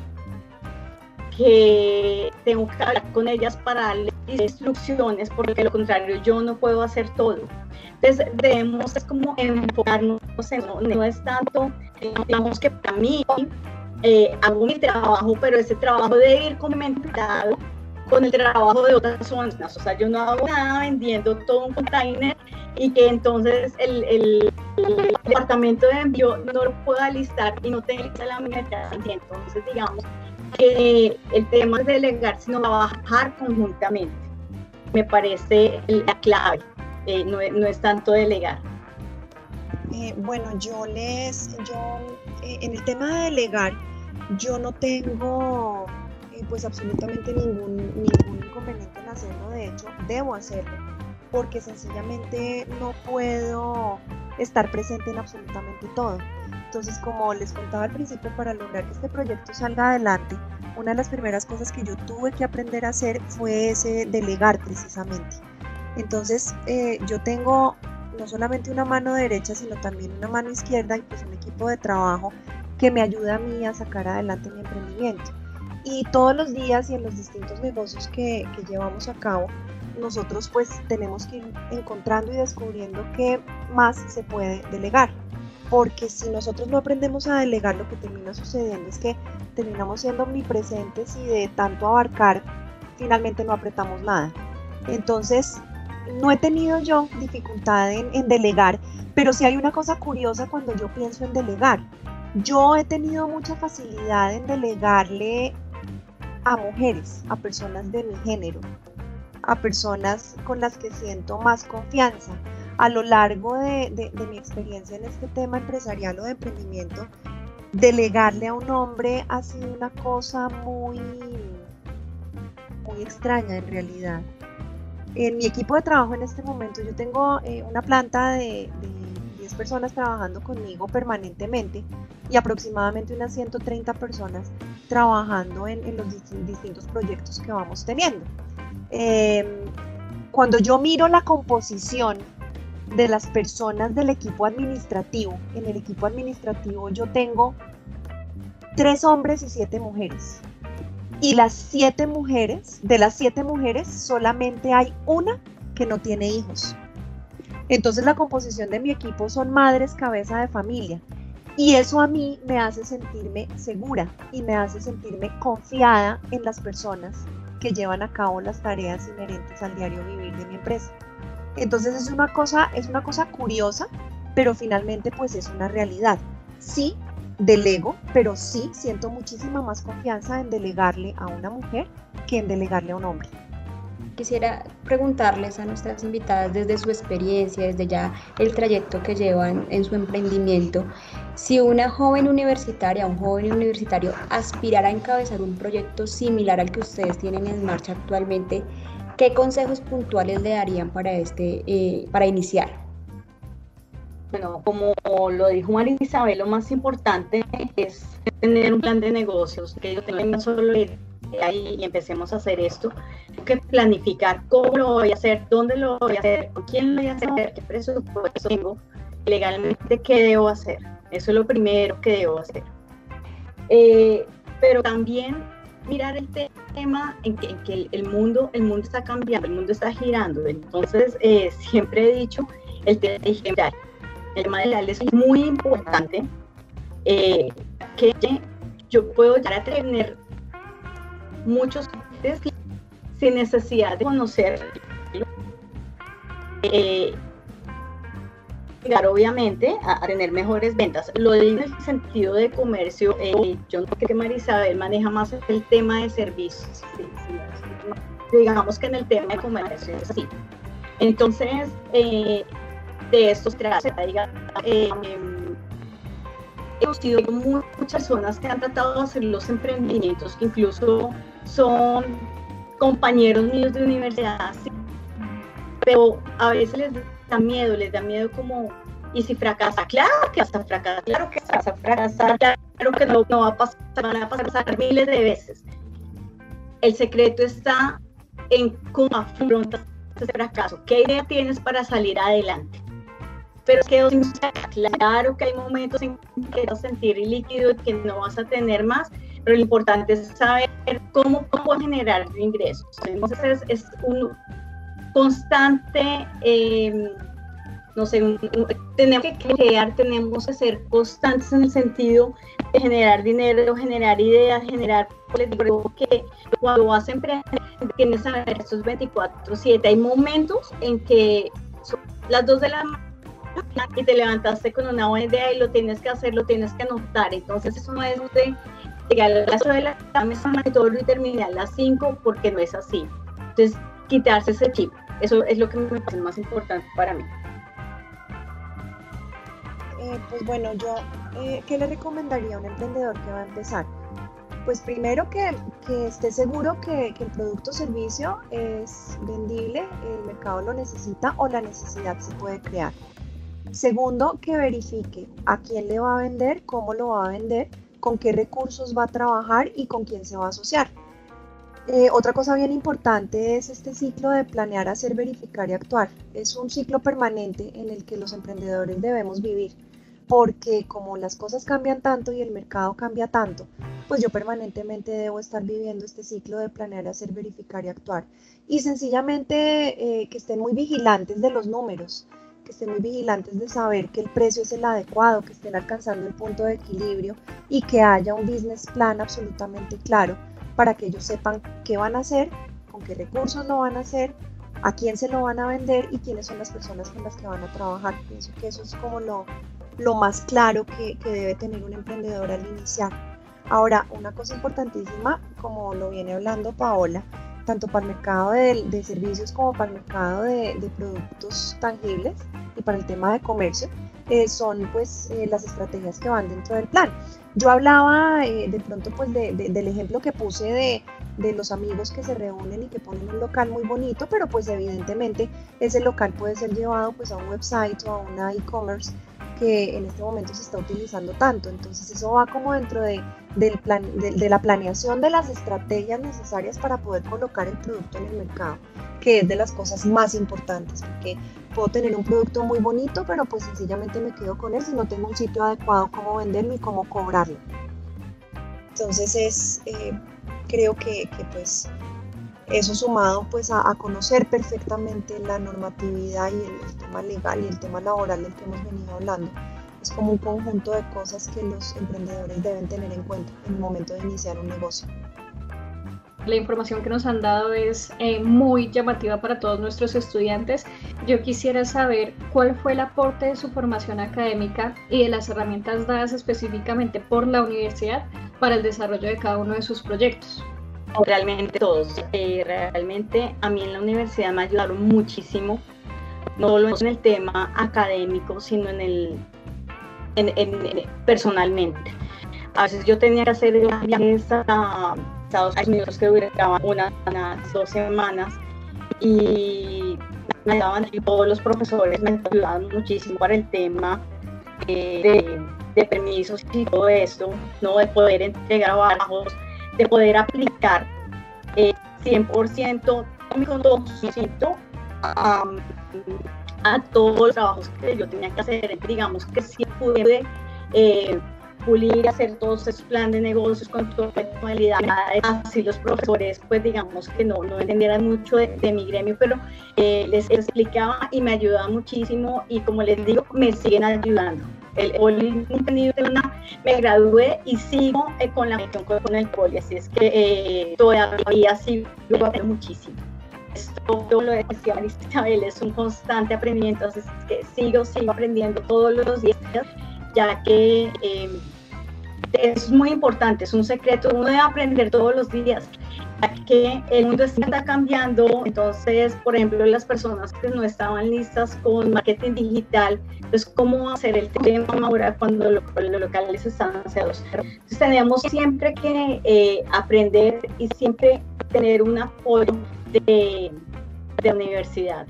que tengo que hablar con ellas para darles instrucciones, porque de lo contrario yo no puedo hacer todo. Entonces debemos como enfocarnos en eso. No es tanto, digamos que para mí hago mi trabajo, pero ese trabajo debe ir complementado con el trabajo de otras personas. O sea, yo no hago nada vendiendo todo un container y que entonces el departamento de envío no lo pueda listar y no tenga la mercancía. Entonces digamos que el tema es delegar, sino trabajar conjuntamente. Me parece la clave, no es tanto delegar. Bueno, yo en el tema de delegar, yo no tengo pues absolutamente ningún inconveniente en hacerlo. De hecho, debo hacerlo, porque sencillamente no puedo estar presente en absolutamente todo. Entonces, como les contaba al principio, para lograr que este proyecto salga adelante, una de las primeras cosas que yo tuve que aprender a hacer fue ese delegar precisamente. Entonces, yo tengo no solamente una mano derecha, sino también una mano izquierda, y pues un equipo de trabajo que me ayuda a mí a sacar adelante mi emprendimiento. Y todos los días y en los distintos negocios que llevamos a cabo, nosotros pues tenemos que ir encontrando y descubriendo qué más se puede delegar. Porque si nosotros no aprendemos a delegar, lo que termina sucediendo es que terminamos siendo omnipresentes, y de tanto abarcar, finalmente no apretamos nada. Entonces, no he tenido yo dificultad en delegar, pero sí hay una cosa curiosa cuando yo pienso en delegar. Yo he tenido mucha facilidad en delegarle a mujeres, a personas de mi género, a personas con las que siento más confianza. A lo largo de mi experiencia en este tema empresarial o de emprendimiento, delegarle a un hombre ha sido una cosa muy extraña en realidad. En mi equipo de trabajo en este momento yo tengo una planta de 10 personas trabajando conmigo permanentemente, y aproximadamente unas 130 personas trabajando en los distintos proyectos que vamos teniendo. Cuando yo miro la composición de las personas del equipo administrativo, en el equipo administrativo yo tengo 3 hombres y 7 mujeres. Y de las 7 mujeres, solamente hay una que no tiene hijos. Entonces la composición de mi equipo son madres cabeza de familia. Y eso a mí me hace sentirme segura y me hace sentirme confiada en las personas que llevan a cabo las tareas inherentes al diario vivir de mi empresa. Entonces es una cosa curiosa, pero finalmente pues es una realidad. Sí, delego, pero sí siento muchísima más confianza en delegarle a una mujer que en delegarle a un hombre. Quisiera preguntarles a nuestras invitadas desde su experiencia, desde ya el trayecto que llevan en su emprendimiento, si una joven universitaria, un joven universitario aspirara a encabezar un proyecto similar al que ustedes tienen en marcha actualmente, ¿qué consejos puntuales le darían para iniciar? Bueno, como lo dijo María Isabel, lo más importante es tener un plan de negocios, que yo tenga solo la idea y empecemos a hacer esto. Tengo que planificar cómo lo voy a hacer, dónde lo voy a hacer, con quién lo voy a hacer, qué presupuesto tengo, legalmente qué debo hacer. Eso es lo primero que debo hacer. Pero también mirar el tema en que el mundo está cambiando, el mundo está girando. Entonces, siempre he dicho, el tema de legal es muy importante, que yo puedo llegar a tener muchos clientes sin necesidad de conocerlo. Llegar obviamente a tener mejores ventas. Lo digo en el sentido de comercio. Yo no creo que María Isabel maneja más el tema de servicios. Sí, digamos que en el tema de comercio es así. Entonces, de esto se trata. Hemos sido muchas personas que han tratado de hacer los emprendimientos, que incluso son compañeros míos de universidad, ¿sí? Pero a veces les da miedo como, ¿y si fracasa? Claro que vas a fracasar, claro que vas a fracasar, claro que no va a pasar, van a pasar miles de veces. El secreto está en cómo afrontas ese fracaso, qué idea tienes para salir adelante. Pero es que claro que hay momentos en que vas a sentir líquido y que no vas a tener más, pero lo importante es saber cómo generar ingresos. Entonces es un constante, tenemos que crear, tenemos que ser constantes en el sentido de generar dinero, generar ideas, generar, que cuando vas a emprender tienes que saber estos 24/7. Hay momentos en que son las 2 de la mañana y te levantaste con una buena idea y lo tienes que hacer, lo tienes que anotar. Entonces eso no es de llegar a las 8 de la mañana y terminar a las 5, porque no es así. Entonces quitarse ese chip, eso es lo que me parece más importante para mí. Pues bueno, yo, ¿qué le recomendaría a un emprendedor que va a empezar? Pues primero que esté seguro que el producto o servicio es vendible, el mercado lo necesita o la necesidad se puede crear. Segundo, que verifique a quién le va a vender, cómo lo va a vender, con qué recursos va a trabajar y con quién se va a asociar. Otra cosa bien importante es este ciclo de planear, hacer, verificar y actuar. Es un ciclo permanente en el que los emprendedores debemos vivir, porque como las cosas cambian tanto y el mercado cambia tanto, pues yo permanentemente debo estar viviendo este ciclo de planear, hacer, verificar y actuar. Y sencillamente que estén muy vigilantes de los números, que estén muy vigilantes de saber que el precio es el adecuado, que estén alcanzando el punto de equilibrio y que haya un business plan absolutamente claro para que ellos sepan qué van a hacer, con qué recursos lo van a hacer, a quién se lo van a vender y quiénes son las personas con las que van a trabajar. Pienso que eso es como lo más claro que debe tener un emprendedor al iniciar. Ahora, una cosa importantísima, como lo viene hablando Paola, tanto para el mercado de servicios como para el mercado de productos tangibles y para el tema de comercio, son pues las estrategias que van dentro del plan. Yo hablaba de pronto pues del ejemplo que puse de los amigos que se reúnen y que ponen un local muy bonito, pero pues evidentemente ese local puede ser llevado pues a un website o a una e-commerce que en este momento se está utilizando tanto. Entonces eso va como dentro de la planeación de las estrategias necesarias para poder colocar el producto en el mercado, que es de las cosas más importantes, porque puedo tener un producto muy bonito, pero pues sencillamente me quedo con él si no tengo un sitio adecuado cómo venderlo y cómo cobrarlo. Entonces creo que pues Eso sumado pues a conocer perfectamente la normatividad y el tema legal y el tema laboral del que hemos venido hablando. Es como un conjunto de cosas que los emprendedores deben tener en cuenta en el momento de iniciar un negocio. La información que nos han dado es muy llamativa para todos nuestros estudiantes. Yo quisiera saber cuál fue el aporte de su formación académica y de las herramientas dadas específicamente por la universidad para el desarrollo de cada uno de sus proyectos. Realmente todos. Realmente a mí en la universidad me ayudaron muchísimo, no solo en el tema académico, sino en personalmente. A veces yo tenía que hacer viajes a Estados Unidos que duraban unas 2 semanas y me ayudaban, todos los profesores me ayudaban muchísimo para el tema de permisos y todo esto, ¿no? De poder entregar trabajos, de poder aplicar 100% mi conocimiento a todos los trabajos que yo tenía que hacer. Digamos que sí pude pulir y hacer todos esos planes de negocios con toda personalidad. Así los profesores, pues digamos que no entendieran mucho de mi gremio, pero les explicaba y me ayudaba muchísimo, y como les digo, me siguen ayudando. Me gradué y sigo con la gestión con el poli, así es que todavía sigo aprendiendo muchísimo. Esto lo decía Isabel, es un constante aprendimiento, así es que sigo aprendiendo todos los días, ya que es muy importante, es un secreto, uno debe aprender todos los días, ya que el mundo está cambiando. Entonces, por ejemplo, las personas que no estaban listas con marketing digital, pues cómo hacer el tema ahora cuando los locales están cerrados. Entonces tenemos siempre que aprender y siempre tener un apoyo de la universidad.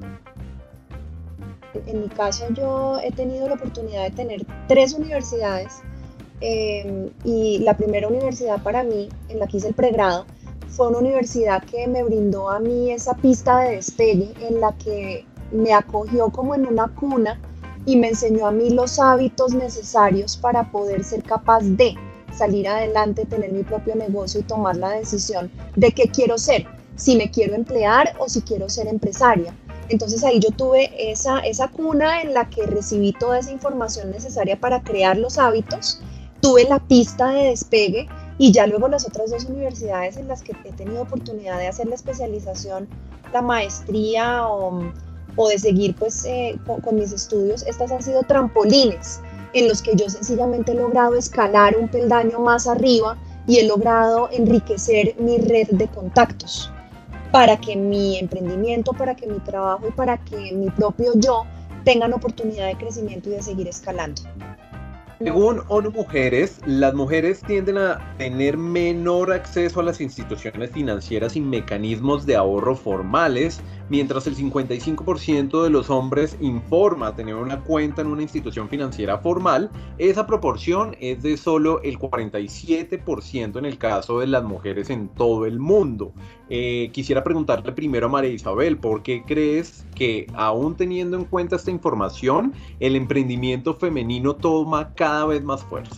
En mi caso, yo he tenido la oportunidad de tener 3 universidades, y la primera universidad para mí, en la que hice el pregrado, fue una universidad que me brindó a mí esa pista de despegue, en la que me acogió como en una cuna y me enseñó a mí los hábitos necesarios para poder ser capaz de salir adelante, tener mi propio negocio y tomar la decisión de qué quiero ser, si me quiero emplear o si quiero ser empresaria. Entonces ahí yo tuve esa cuna en la que recibí toda esa información necesaria para crear los hábitos, tuve la pista de despegue, y ya luego las otras 2 universidades en las que he tenido oportunidad de hacer la especialización, la maestría o de seguir pues con mis estudios, estas han sido trampolines en los que yo sencillamente he logrado escalar un peldaño más arriba y he logrado enriquecer mi red de contactos para que mi emprendimiento, para que mi trabajo y para que mi propio yo tengan oportunidad de crecimiento y de seguir escalando. Según ONU Mujeres, las mujeres tienden a tener menor acceso a las instituciones financieras y mecanismos de ahorro formales, mientras el 55% de los hombres informa tener una cuenta en una institución financiera formal. Esa proporción es de solo el 47% en el caso de las mujeres en todo el mundo. Quisiera preguntarle primero a María Isabel, ¿por qué crees que, aún teniendo en cuenta esta información, el emprendimiento femenino toma cada vez más fuerza?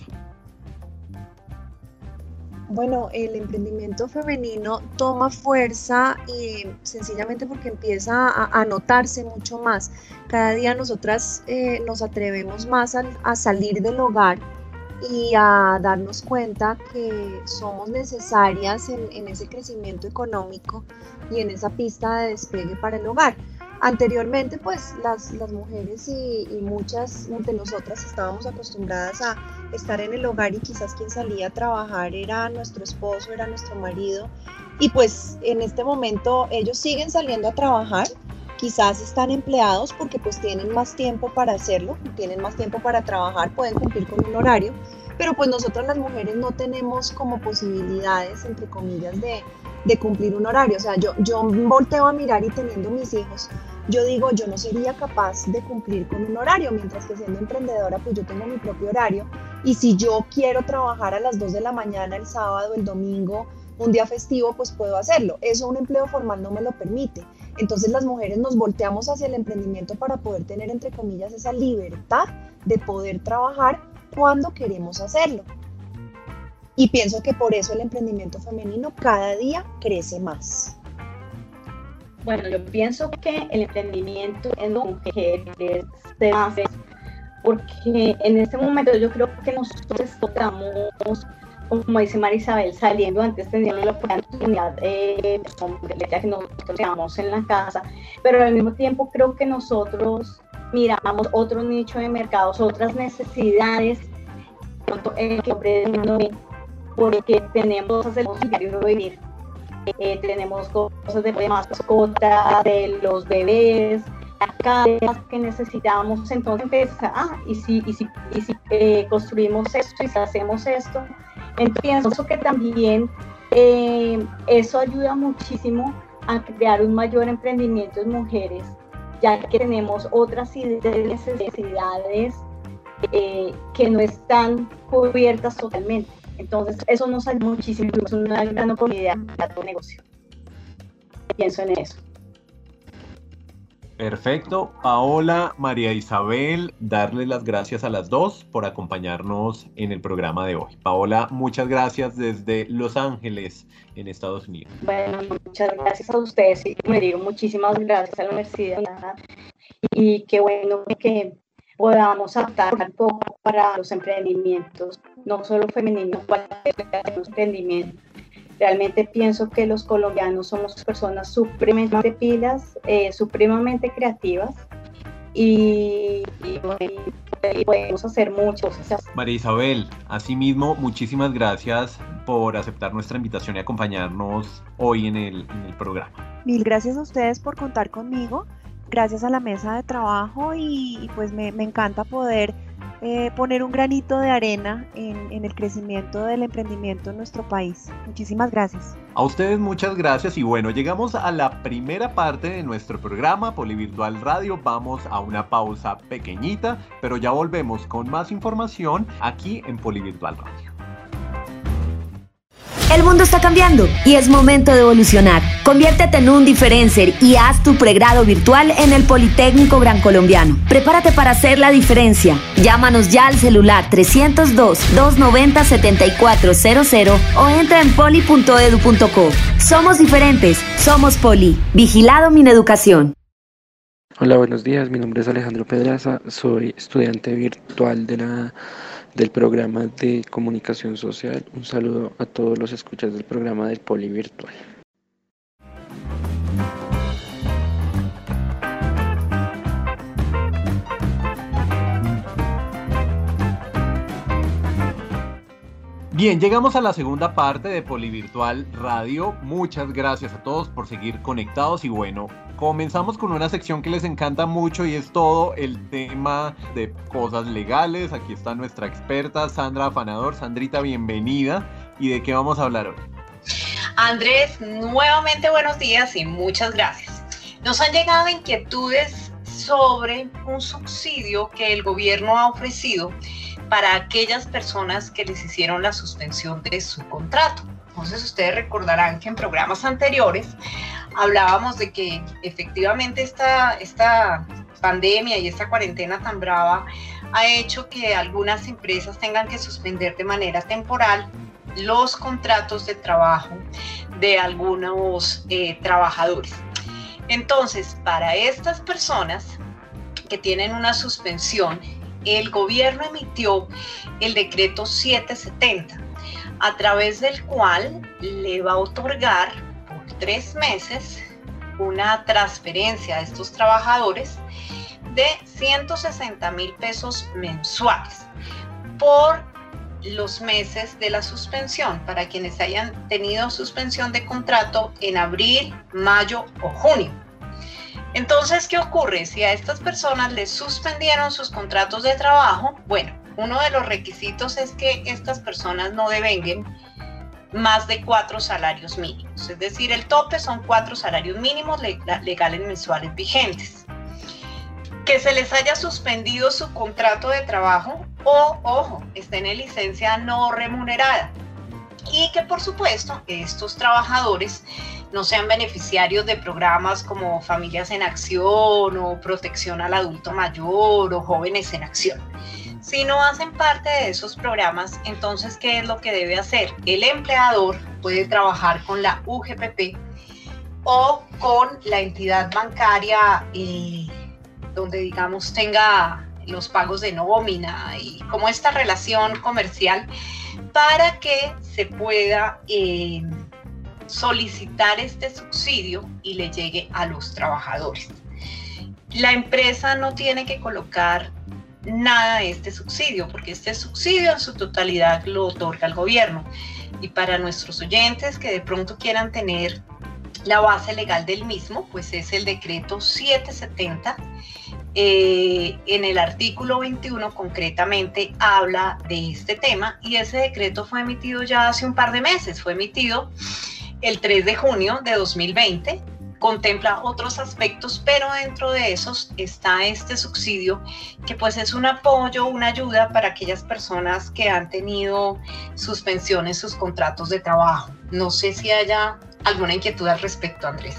Bueno, el emprendimiento femenino toma fuerza sencillamente porque empieza a notarse mucho más. Cada día nosotras nos atrevemos más a salir del hogar y a darnos cuenta que somos necesarias en ese crecimiento económico y en esa pista de despegue para el hogar. Anteriormente, pues las mujeres y muchas de nosotras estábamos acostumbradas a estar en el hogar, y quizás quien salía a trabajar era nuestro esposo, era nuestro marido, y pues en este momento ellos siguen saliendo a trabajar, quizás están empleados porque pues tienen más tiempo para hacerlo, tienen más tiempo para trabajar, pueden cumplir con un horario, pero pues nosotras las mujeres no tenemos como posibilidades, entre comillas, de cumplir un horario. O sea, yo volteo a mirar y teniendo mis hijos, yo digo, yo no sería capaz de cumplir con un horario, mientras que siendo emprendedora, pues yo tengo mi propio horario, y si yo quiero trabajar a las 2 de la mañana el sábado, el domingo, un día festivo, pues puedo hacerlo. Eso un empleo formal no me lo permite. Entonces las mujeres nos volteamos hacia el emprendimiento para poder tener, entre comillas, esa libertad de poder trabajar cuando queremos hacerlo. Y pienso que por eso el emprendimiento femenino cada día crece más. Bueno, yo pienso que el emprendimiento en mujeres se hace porque en este momento yo creo que nosotros estamos, como dice María Isabel, saliendo. Antes teníamos la oportunidad de que nosotros quedamos en la casa, pero al mismo tiempo creo que nosotros miramos otro nicho de mercados, otras necesidades en que porque tenemos cosas del diario de vivir. Tenemos cosas de mascota, de los bebés, cada vez que necesitamos. Entonces, y si construimos esto y si hacemos esto, entonces pienso que también eso ayuda muchísimo a crear un mayor emprendimiento en mujeres, ya que tenemos otras necesidades que no están cubiertas totalmente. Entonces, eso nos ayuda muchísimo, es una gran oportunidad para tu negocio. Pienso en eso. Perfecto. Paola, María Isabel, darles las gracias a las dos por acompañarnos en el programa de hoy. Paola, muchas gracias desde Los Ángeles, en Estados Unidos. Bueno, muchas gracias a ustedes y me digo muchísimas gracias a la universidad y qué bueno que podamos adaptar un poco para los emprendimientos, no solo femeninos, cualquier emprendimiento. Realmente pienso que los colombianos somos personas supremamente pilas, supremamente creativas y podemos hacer muchas cosas. María Isabel, asimismo, muchísimas gracias por aceptar nuestra invitación y acompañarnos hoy en el programa. Mil gracias a ustedes por contar conmigo, gracias a la mesa de trabajo y pues me encanta poder poner un granito de arena en el crecimiento del emprendimiento en nuestro país. Muchísimas gracias. A ustedes muchas gracias y bueno, llegamos a la primera parte de nuestro programa Polivirtual Radio. Vamos a una pausa pequeñita, pero ya volvemos con más información aquí en Polivirtual Radio. El mundo está cambiando y es momento de evolucionar. Conviértete en un diferencer y haz tu pregrado virtual en el Politécnico Gran Colombiano. Prepárate para hacer la diferencia. Llámanos ya al celular 302-290-7400 o entra en poli.edu.co. Somos diferentes, somos Poli. Vigilado Mineducación. Hola, buenos días. Mi nombre es Alejandro Pedraza. Soy estudiante virtual del programa de comunicación social. Un saludo a todos los escuchas del programa del Poli Virtual. Bien, llegamos a la segunda parte de Polivirtual Radio. Muchas gracias a todos por seguir conectados y bueno, comenzamos con una sección que les encanta mucho y es todo el tema de cosas legales. Aquí está nuestra experta Sandra Afanador. Sandrita, bienvenida. ¿Y de qué vamos a hablar hoy? Andrés, nuevamente buenos días y muchas gracias. Nos han llegado inquietudes sobre un subsidio que el gobierno ha ofrecido para aquellas personas que les hicieron la suspensión de su contrato. Entonces ustedes recordarán que en programas anteriores hablábamos de que efectivamente esta pandemia y esta cuarentena tan brava ha hecho que algunas empresas tengan que suspender de manera temporal los contratos de trabajo de algunos trabajadores. Entonces, para estas personas que tienen una suspensión, el gobierno emitió el decreto 770, a través del cual le va a otorgar por 3 meses una transferencia a estos trabajadores de 160,000 pesos mensuales por los meses de la suspensión, para quienes hayan tenido suspensión de contrato en abril, mayo o junio. Entonces, ¿qué ocurre? Si a estas personas les suspendieron sus contratos de trabajo, bueno, uno de los requisitos es que estas personas no devenguen más de 4 salarios mínimos. Es decir, el tope son 4 salarios mínimos legales mensuales vigentes. Que se les haya suspendido su contrato de trabajo o, ojo, estén en licencia no remunerada. Y que, por supuesto, estos trabajadores no sean beneficiarios de programas como Familias en Acción o Protección al Adulto Mayor o Jóvenes en Acción. Si no hacen parte de esos programas, entonces, ¿qué es lo que debe hacer? El empleador puede trabajar con la UGPP o con la entidad bancaria donde, digamos, tenga los pagos de nómina y como esta relación comercial para que se pueda solicitar este subsidio y le llegue a los trabajadores. La empresa no tiene que colocar nada de este subsidio, porque este subsidio en su totalidad lo otorga el gobierno. Y para nuestros oyentes que de pronto quieran tener la base legal del mismo, pues es el decreto 770. En el artículo 21 concretamente habla de este tema y ese decreto fue emitido ya hace un par de meses, fue emitido el 3 de junio de 2020, contempla otros aspectos, pero dentro de esos está este subsidio que pues es un apoyo, una ayuda para aquellas personas que han tenido suspensión en sus contratos de trabajo. No sé si haya alguna inquietud al respecto, Andrés.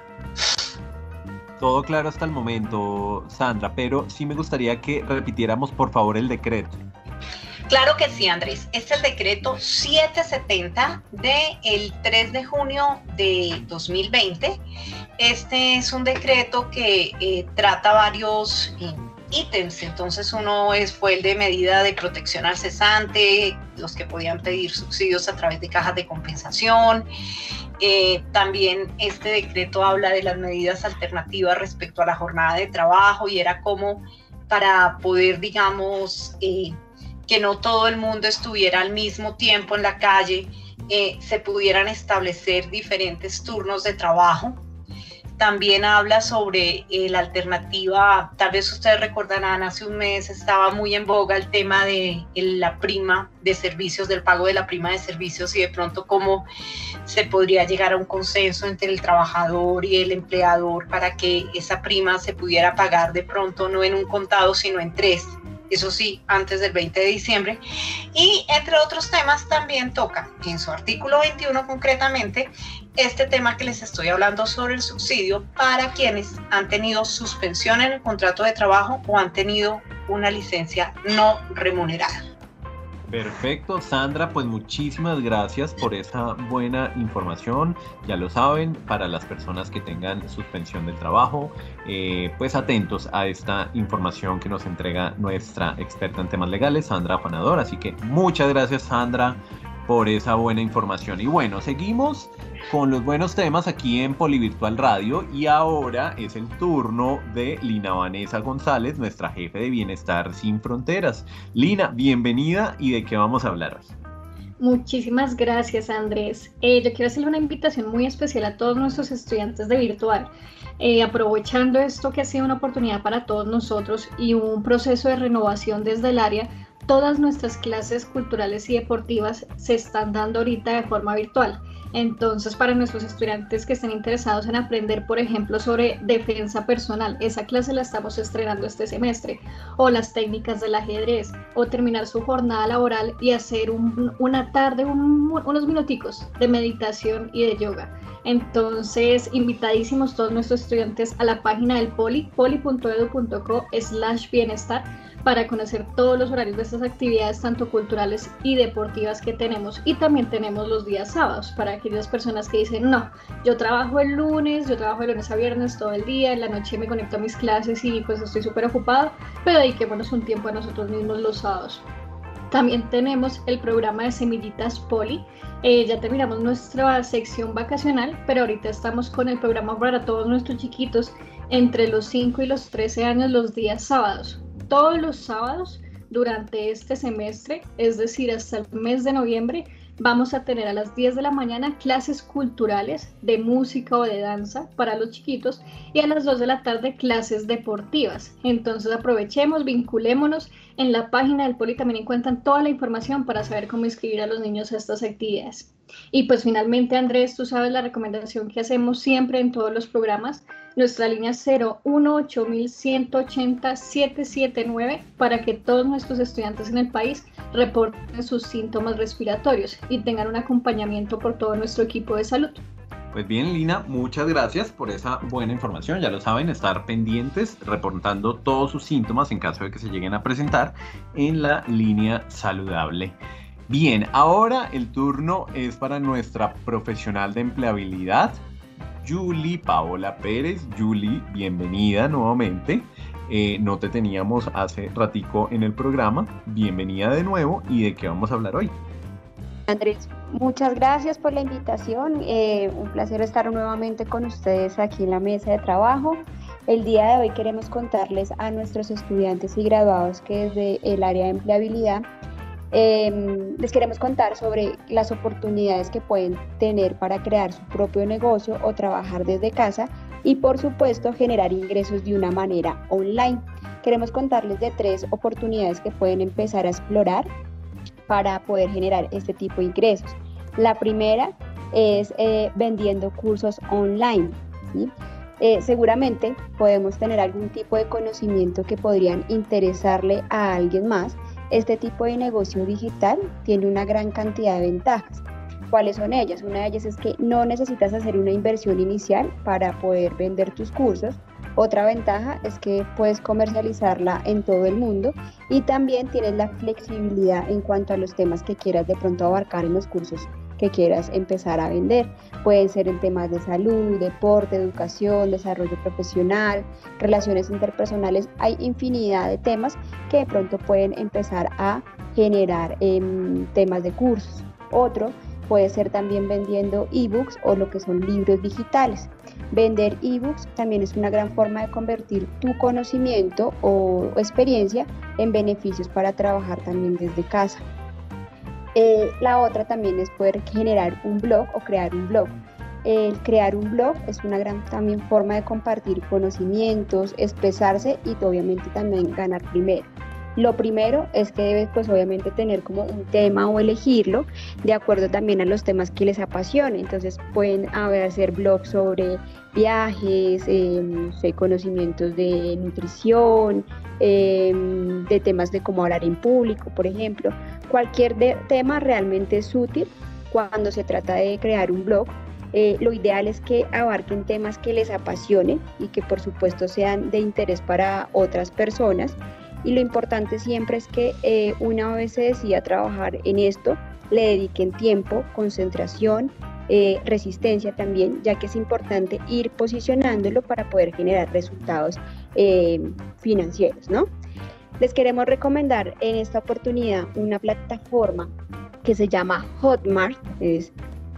Todo claro hasta el momento, Sandra, pero sí me gustaría que repitiéramos por favor el decreto. Claro que sí, Andrés. Este es el decreto 770 del 3 de junio de 2020. Este es un decreto que trata varios ítems. Entonces fue el de medida de protección al cesante, los que podían pedir subsidios a través de cajas de compensación. También este decreto habla de las medidas alternativas respecto a la jornada de trabajo y era como para poder, digamos, que no todo el mundo estuviera al mismo tiempo en la calle, se pudieran establecer diferentes turnos de trabajo. También habla sobre la alternativa, tal vez ustedes recordarán, hace un mes estaba muy en boga el tema de la prima de servicios, del pago de la prima de servicios y de pronto cómo se podría llegar a un consenso entre el trabajador y el empleador para que esa prima se pudiera pagar de pronto no en un contado sino en 3. Eso sí, antes del 20 de diciembre. Y entre otros temas también toca en su artículo 21 concretamente este tema que les estoy hablando sobre el subsidio para quienes han tenido suspensión en el contrato de trabajo o han tenido una licencia no remunerada. Perfecto, Sandra, pues muchísimas gracias por esa buena información. Ya lo saben, para las personas que tengan suspensión del trabajo, pues atentos a esta información que nos entrega nuestra experta en temas legales, Sandra Afanador. Así que muchas gracias, Sandra, por esa buena información. Y bueno, seguimos con los buenos temas aquí en Polivirtual Radio y ahora es el turno de Lina Vanessa González, nuestra jefe de Bienestar Sin Fronteras. Lina, bienvenida, ¿y de qué vamos a hablar hoy? Muchísimas gracias, Andrés. Yo quiero hacerle una invitación muy especial a todos nuestros estudiantes de virtual. Aprovechando esto que ha sido una oportunidad para todos nosotros y un proceso de renovación desde el área, todas nuestras clases culturales y deportivas se están dando ahorita de forma virtual. Entonces, para nuestros estudiantes que estén interesados en aprender, por ejemplo, sobre defensa personal, esa clase la estamos estrenando este semestre, o las técnicas del ajedrez, o terminar su jornada laboral y hacer una tarde, unos minuticos de meditación y de yoga. Entonces, invitadísimos todos nuestros estudiantes a la página del poli.edu.co/bienestar para conocer todos los horarios de estas actividades, tanto culturales y deportivas que tenemos. Y también tenemos los días sábados, para aquellas personas que dicen, no, yo trabajo de lunes a viernes todo el día, en la noche me conecto a mis clases y pues estoy súper ocupado, pero dediquémonos un tiempo a nosotros mismos los sábados. También tenemos el programa de Semillitas Poli. Ya terminamos nuestra sección vacacional, pero ahorita estamos con el programa para todos nuestros chiquitos entre los 5 y los 13 años los días sábados. Todos los sábados durante este semestre, es decir, hasta el mes de noviembre, vamos a tener a las 10 de la mañana clases culturales de música o de danza para los chiquitos y a las 2 de la tarde clases deportivas. Entonces aprovechemos, vinculémonos. En la página del Poli también encuentran toda la información para saber cómo inscribir a los niños a estas actividades. Y pues finalmente, Andrés, tú sabes la recomendación que hacemos siempre en todos los programas, nuestra línea 018-180-779 para que todos nuestros estudiantes en el país reporten sus síntomas respiratorios y tengan un acompañamiento por todo nuestro equipo de salud. Pues bien, Lina, muchas gracias por esa buena información. Ya lo saben, estar pendientes, reportando todos sus síntomas en caso de que se lleguen a presentar en la línea saludable. Bien, ahora el turno es para nuestra profesional de empleabilidad, Julie Paola Pérez. Julie, bienvenida nuevamente. No te teníamos hace ratico en el programa. Bienvenida de nuevo. ¿Y de qué vamos a hablar hoy? Andrés, muchas gracias por la invitación. Un placer estar nuevamente con ustedes aquí en la mesa de trabajo. El día de hoy queremos contarles a nuestros estudiantes y graduados que desde el área de empleabilidad les queremos contar sobre las oportunidades que pueden tener para crear su propio negocio o trabajar desde casa y por supuesto generar ingresos de una manera online. Queremos contarles de 3 oportunidades que pueden empezar a explorar para poder generar este tipo de ingresos. La primera es vendiendo cursos online, ¿sí? Seguramente podemos tener algún tipo de conocimiento que podrían interesarle a alguien más. Este tipo de negocio digital tiene una gran cantidad de ventajas. ¿Cuáles son ellas? Una de ellas es que no necesitas hacer una inversión inicial para poder vender tus cursos. Otra ventaja es que puedes comercializarla en todo el mundo y también tienes la flexibilidad en cuanto a los temas que quieras de pronto abarcar en los cursos que quieras empezar a vender. Pueden ser en temas de salud, deporte, educación, desarrollo profesional, relaciones interpersonales. Hay infinidad de temas que de pronto pueden empezar a generar temas de cursos. Otro puede ser también vendiendo ebooks o lo que son libros digitales. Vender ebooks también es una gran forma de convertir tu conocimiento o experiencia en beneficios para trabajar también desde casa. La otra también es poder generar un blog o crear un blog. El crear un blog es una gran también forma de compartir conocimientos, expresarse y obviamente también ganar primero. Lo primero es que debes pues obviamente tener como un tema o elegirlo de acuerdo también a los temas que les apasione. Entonces pueden hacer blogs sobre viajes, conocimientos de nutrición, de temas de cómo hablar en público, por ejemplo. Cualquier tema realmente es útil cuando se trata de crear un blog. Lo ideal es que abarquen temas que les apasionen y que por supuesto sean de interés para otras personas. Y lo importante siempre es que una vez se decida trabajar en esto, le dediquen tiempo, concentración, resistencia también, ya que es importante ir posicionándolo para poder generar resultados financieros, ¿no? Les queremos recomendar en esta oportunidad una plataforma que se llama Hotmart, es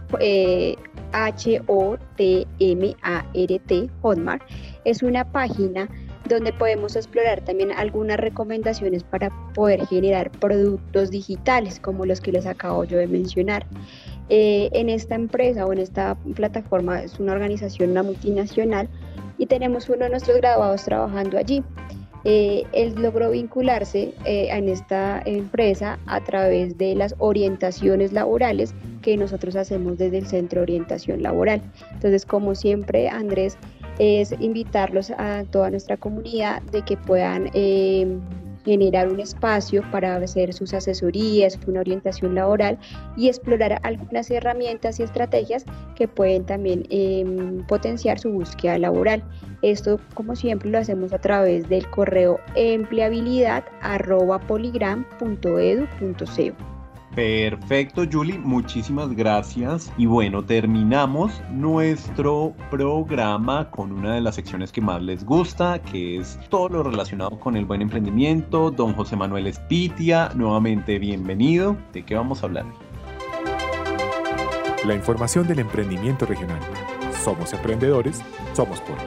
Hotmart, Hotmart. Es una página donde podemos explorar también algunas recomendaciones para poder generar productos digitales como los que les acabo yo de mencionar. En esta empresa o en esta plataforma es una organización, una multinacional, y tenemos uno de nuestros graduados trabajando allí. Él logró vincularse en esta empresa a través de las orientaciones laborales que nosotros hacemos desde el Centro de Orientación Laboral. Entonces, como siempre, Andrés, es invitarlos a toda nuestra comunidad de que puedan generar un espacio para hacer sus asesorías, una orientación laboral y explorar algunas herramientas y estrategias que pueden también potenciar su búsqueda laboral. Esto, como siempre, lo hacemos a través del correo empleabilidad@poligram.edu.co. Perfecto, Julie, muchísimas gracias. Y bueno, terminamos nuestro programa con una de las secciones que más les gusta, que es todo lo relacionado con el buen emprendimiento. Don José Manuel Espitia, nuevamente bienvenido. ¿De qué vamos a hablar? La información del emprendimiento regional. Somos emprendedores, somos Poli.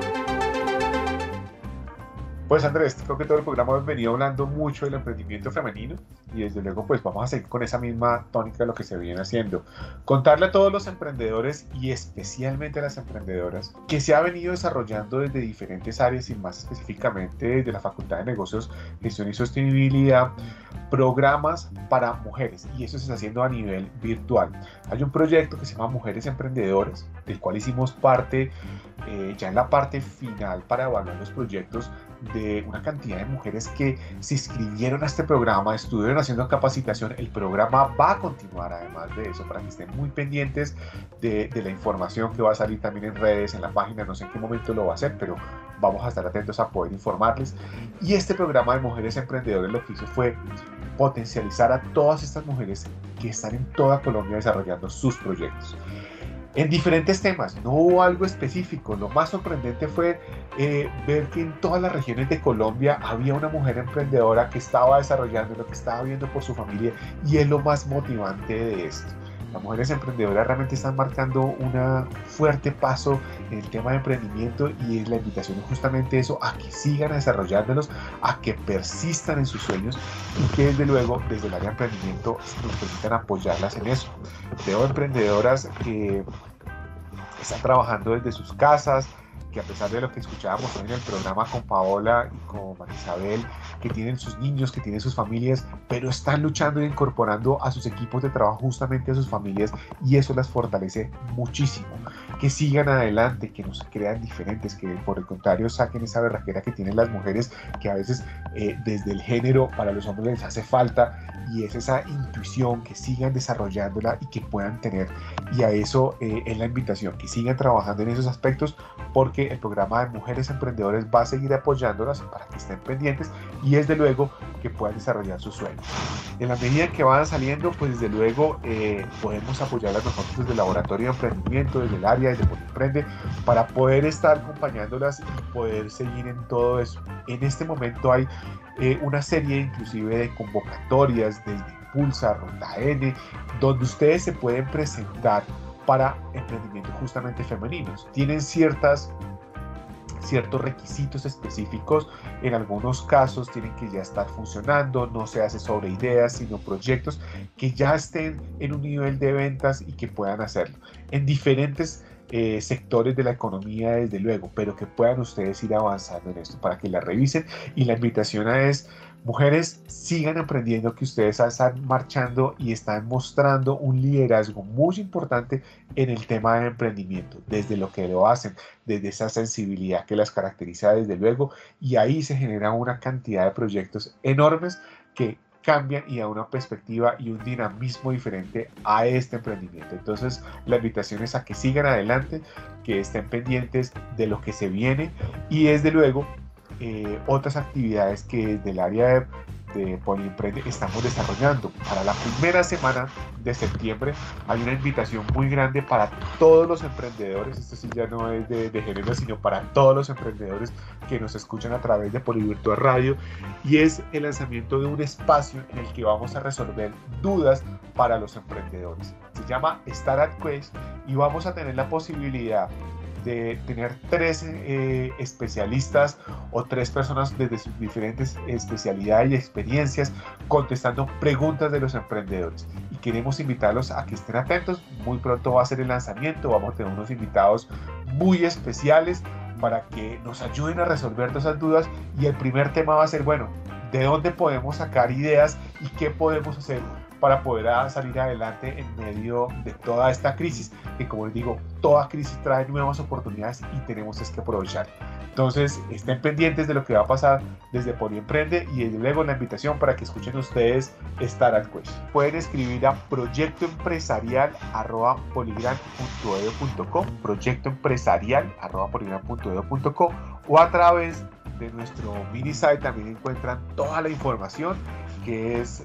Pues Andrés, creo que todo el programa hemos venido hablando mucho del emprendimiento femenino y desde luego pues vamos a seguir con esa misma tónica de lo que se viene haciendo. Contarle a todos los emprendedores y especialmente a las emprendedoras que se ha venido desarrollando desde diferentes áreas y más específicamente desde la Facultad de Negocios, Gestión y Sostenibilidad, programas para mujeres, y eso se está haciendo a nivel virtual. Hay un proyecto que se llama Mujeres Emprendedoras, del cual hicimos parte ya en la parte final para evaluar los proyectos de una cantidad de mujeres que se inscribieron a este programa, estuvieron haciendo capacitación. El programa va a continuar además de eso, para que estén muy pendientes de la información que va a salir también en redes, en la página. No sé en qué momento lo va a hacer, pero vamos a estar atentos a poder informarles. Y este programa de Mujeres Emprendedoras lo que hizo fue potencializar a todas estas mujeres que están en toda Colombia desarrollando sus proyectos. en diferentes temas, no hubo algo específico. Lo más sorprendente fue ver que en todas las regiones de Colombia había una mujer emprendedora que estaba desarrollando lo que estaba viendo por su familia, y es lo más motivante de esto. Las mujeres emprendedoras realmente están marcando un fuerte paso en el tema de emprendimiento, y la invitación es justamente eso, a que sigan desarrollándolos, a que persistan en sus sueños, y que desde luego desde el área de emprendimiento nos permitan apoyarlas en eso. Veo emprendedoras que están trabajando desde sus casas, que a pesar de lo que escuchábamos hoy en el programa con Paola y con Marisabel, que tienen sus niños, que tienen sus familias, pero están luchando e incorporando a sus equipos de trabajo justamente a sus familias, y eso las fortalece muchísimo. Que sigan adelante, que no se crean diferentes, que por el contrario saquen esa berraquera que tienen las mujeres, que a veces desde el género para los hombres les hace falta, y es esa intuición, que sigan desarrollándola y que puedan tener. Y a eso es la invitación, que sigan trabajando en esos aspectos, porque el programa de Mujeres Emprendedoras va a seguir apoyándolas para que estén pendientes, y desde luego que puedan desarrollar sus sueños. En la medida que van saliendo, pues desde luego podemos apoyarlas nosotros desde el Laboratorio de Emprendimiento, desde el área, desde Polimprende, para poder estar acompañándolas y poder seguir en todo eso. En este momento hay una serie inclusive de convocatorias desde Impulsa, Ronda N, donde ustedes se pueden presentar para emprendimientos justamente femeninos. Tienen ciertos requisitos específicos. En algunos casos tienen que ya estar funcionando, no se hace sobre ideas, sino proyectos que ya estén en un nivel de ventas y que puedan hacerlo en diferentes sectores de la economía, desde luego, pero que puedan ustedes ir avanzando en esto para que la revisen. Y la invitación es: mujeres, sigan aprendiendo, que ustedes están marchando y están mostrando un liderazgo muy importante en el tema de emprendimiento, desde lo que lo hacen, desde esa sensibilidad que las caracteriza, desde luego, y ahí se genera una cantidad de proyectos enormes que cambian y da una perspectiva y un dinamismo diferente a este emprendimiento. Entonces la invitación es a que sigan adelante, que estén pendientes de lo que se viene, y desde luego otras actividades que desde el área de Polimprende estamos desarrollando. Para la primera semana de septiembre hay una invitación muy grande para todos los emprendedores. Esto sí ya no es de género, sino para todos los emprendedores que nos escuchan a través de Polivirtual Radio, y es el lanzamiento de un espacio en el que vamos a resolver dudas para los emprendedores. Se llama Startup Quest, y vamos a tener la posibilidad de tener 3 especialistas o 3 personas desde sus diferentes especialidades y experiencias contestando preguntas de los emprendedores, y queremos invitarlos a que estén atentos. Muy pronto va a ser el lanzamiento, vamos a tener unos invitados muy especiales para que nos ayuden a resolver todas esas dudas, y el primer tema va a ser, bueno, ¿de dónde podemos sacar ideas y qué podemos hacer para poder salir adelante en medio de toda esta crisis? Que, como les digo, toda crisis trae nuevas oportunidades y tenemos que aprovechar. Entonces estén pendientes de lo que va a pasar desde Polimprende, y desde luego la invitación para que escuchen ustedes Startup Quest. Pueden escribir a proyectoempresarial@poligran.edu.co, proyectoempresarial@poligran.edu.co, o a través de nuestro mini site también encuentran toda la información, que es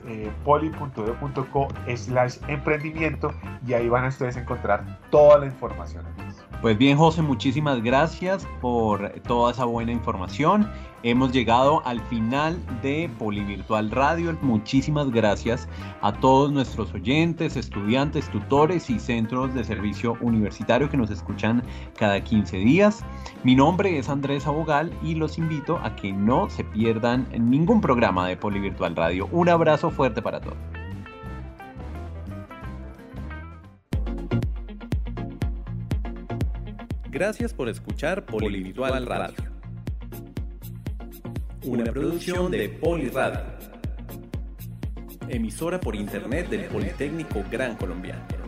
poli.edu.co/emprendimiento, y ahí van a ustedes a encontrar toda la información. Pues bien, José, muchísimas gracias por toda esa buena información. Hemos llegado al final de Polivirtual Radio. Muchísimas gracias a todos nuestros oyentes, estudiantes, tutores y centros de servicio universitario que nos escuchan cada 15 días. Mi nombre es Andrés Abogal y los invito a que no se pierdan ningún programa de Polivirtual Radio. Un abrazo fuerte para todos. Gracias por escuchar Polivirtual Radio, una producción de Poliradio, emisora por internet del Politécnico Gran Colombiano.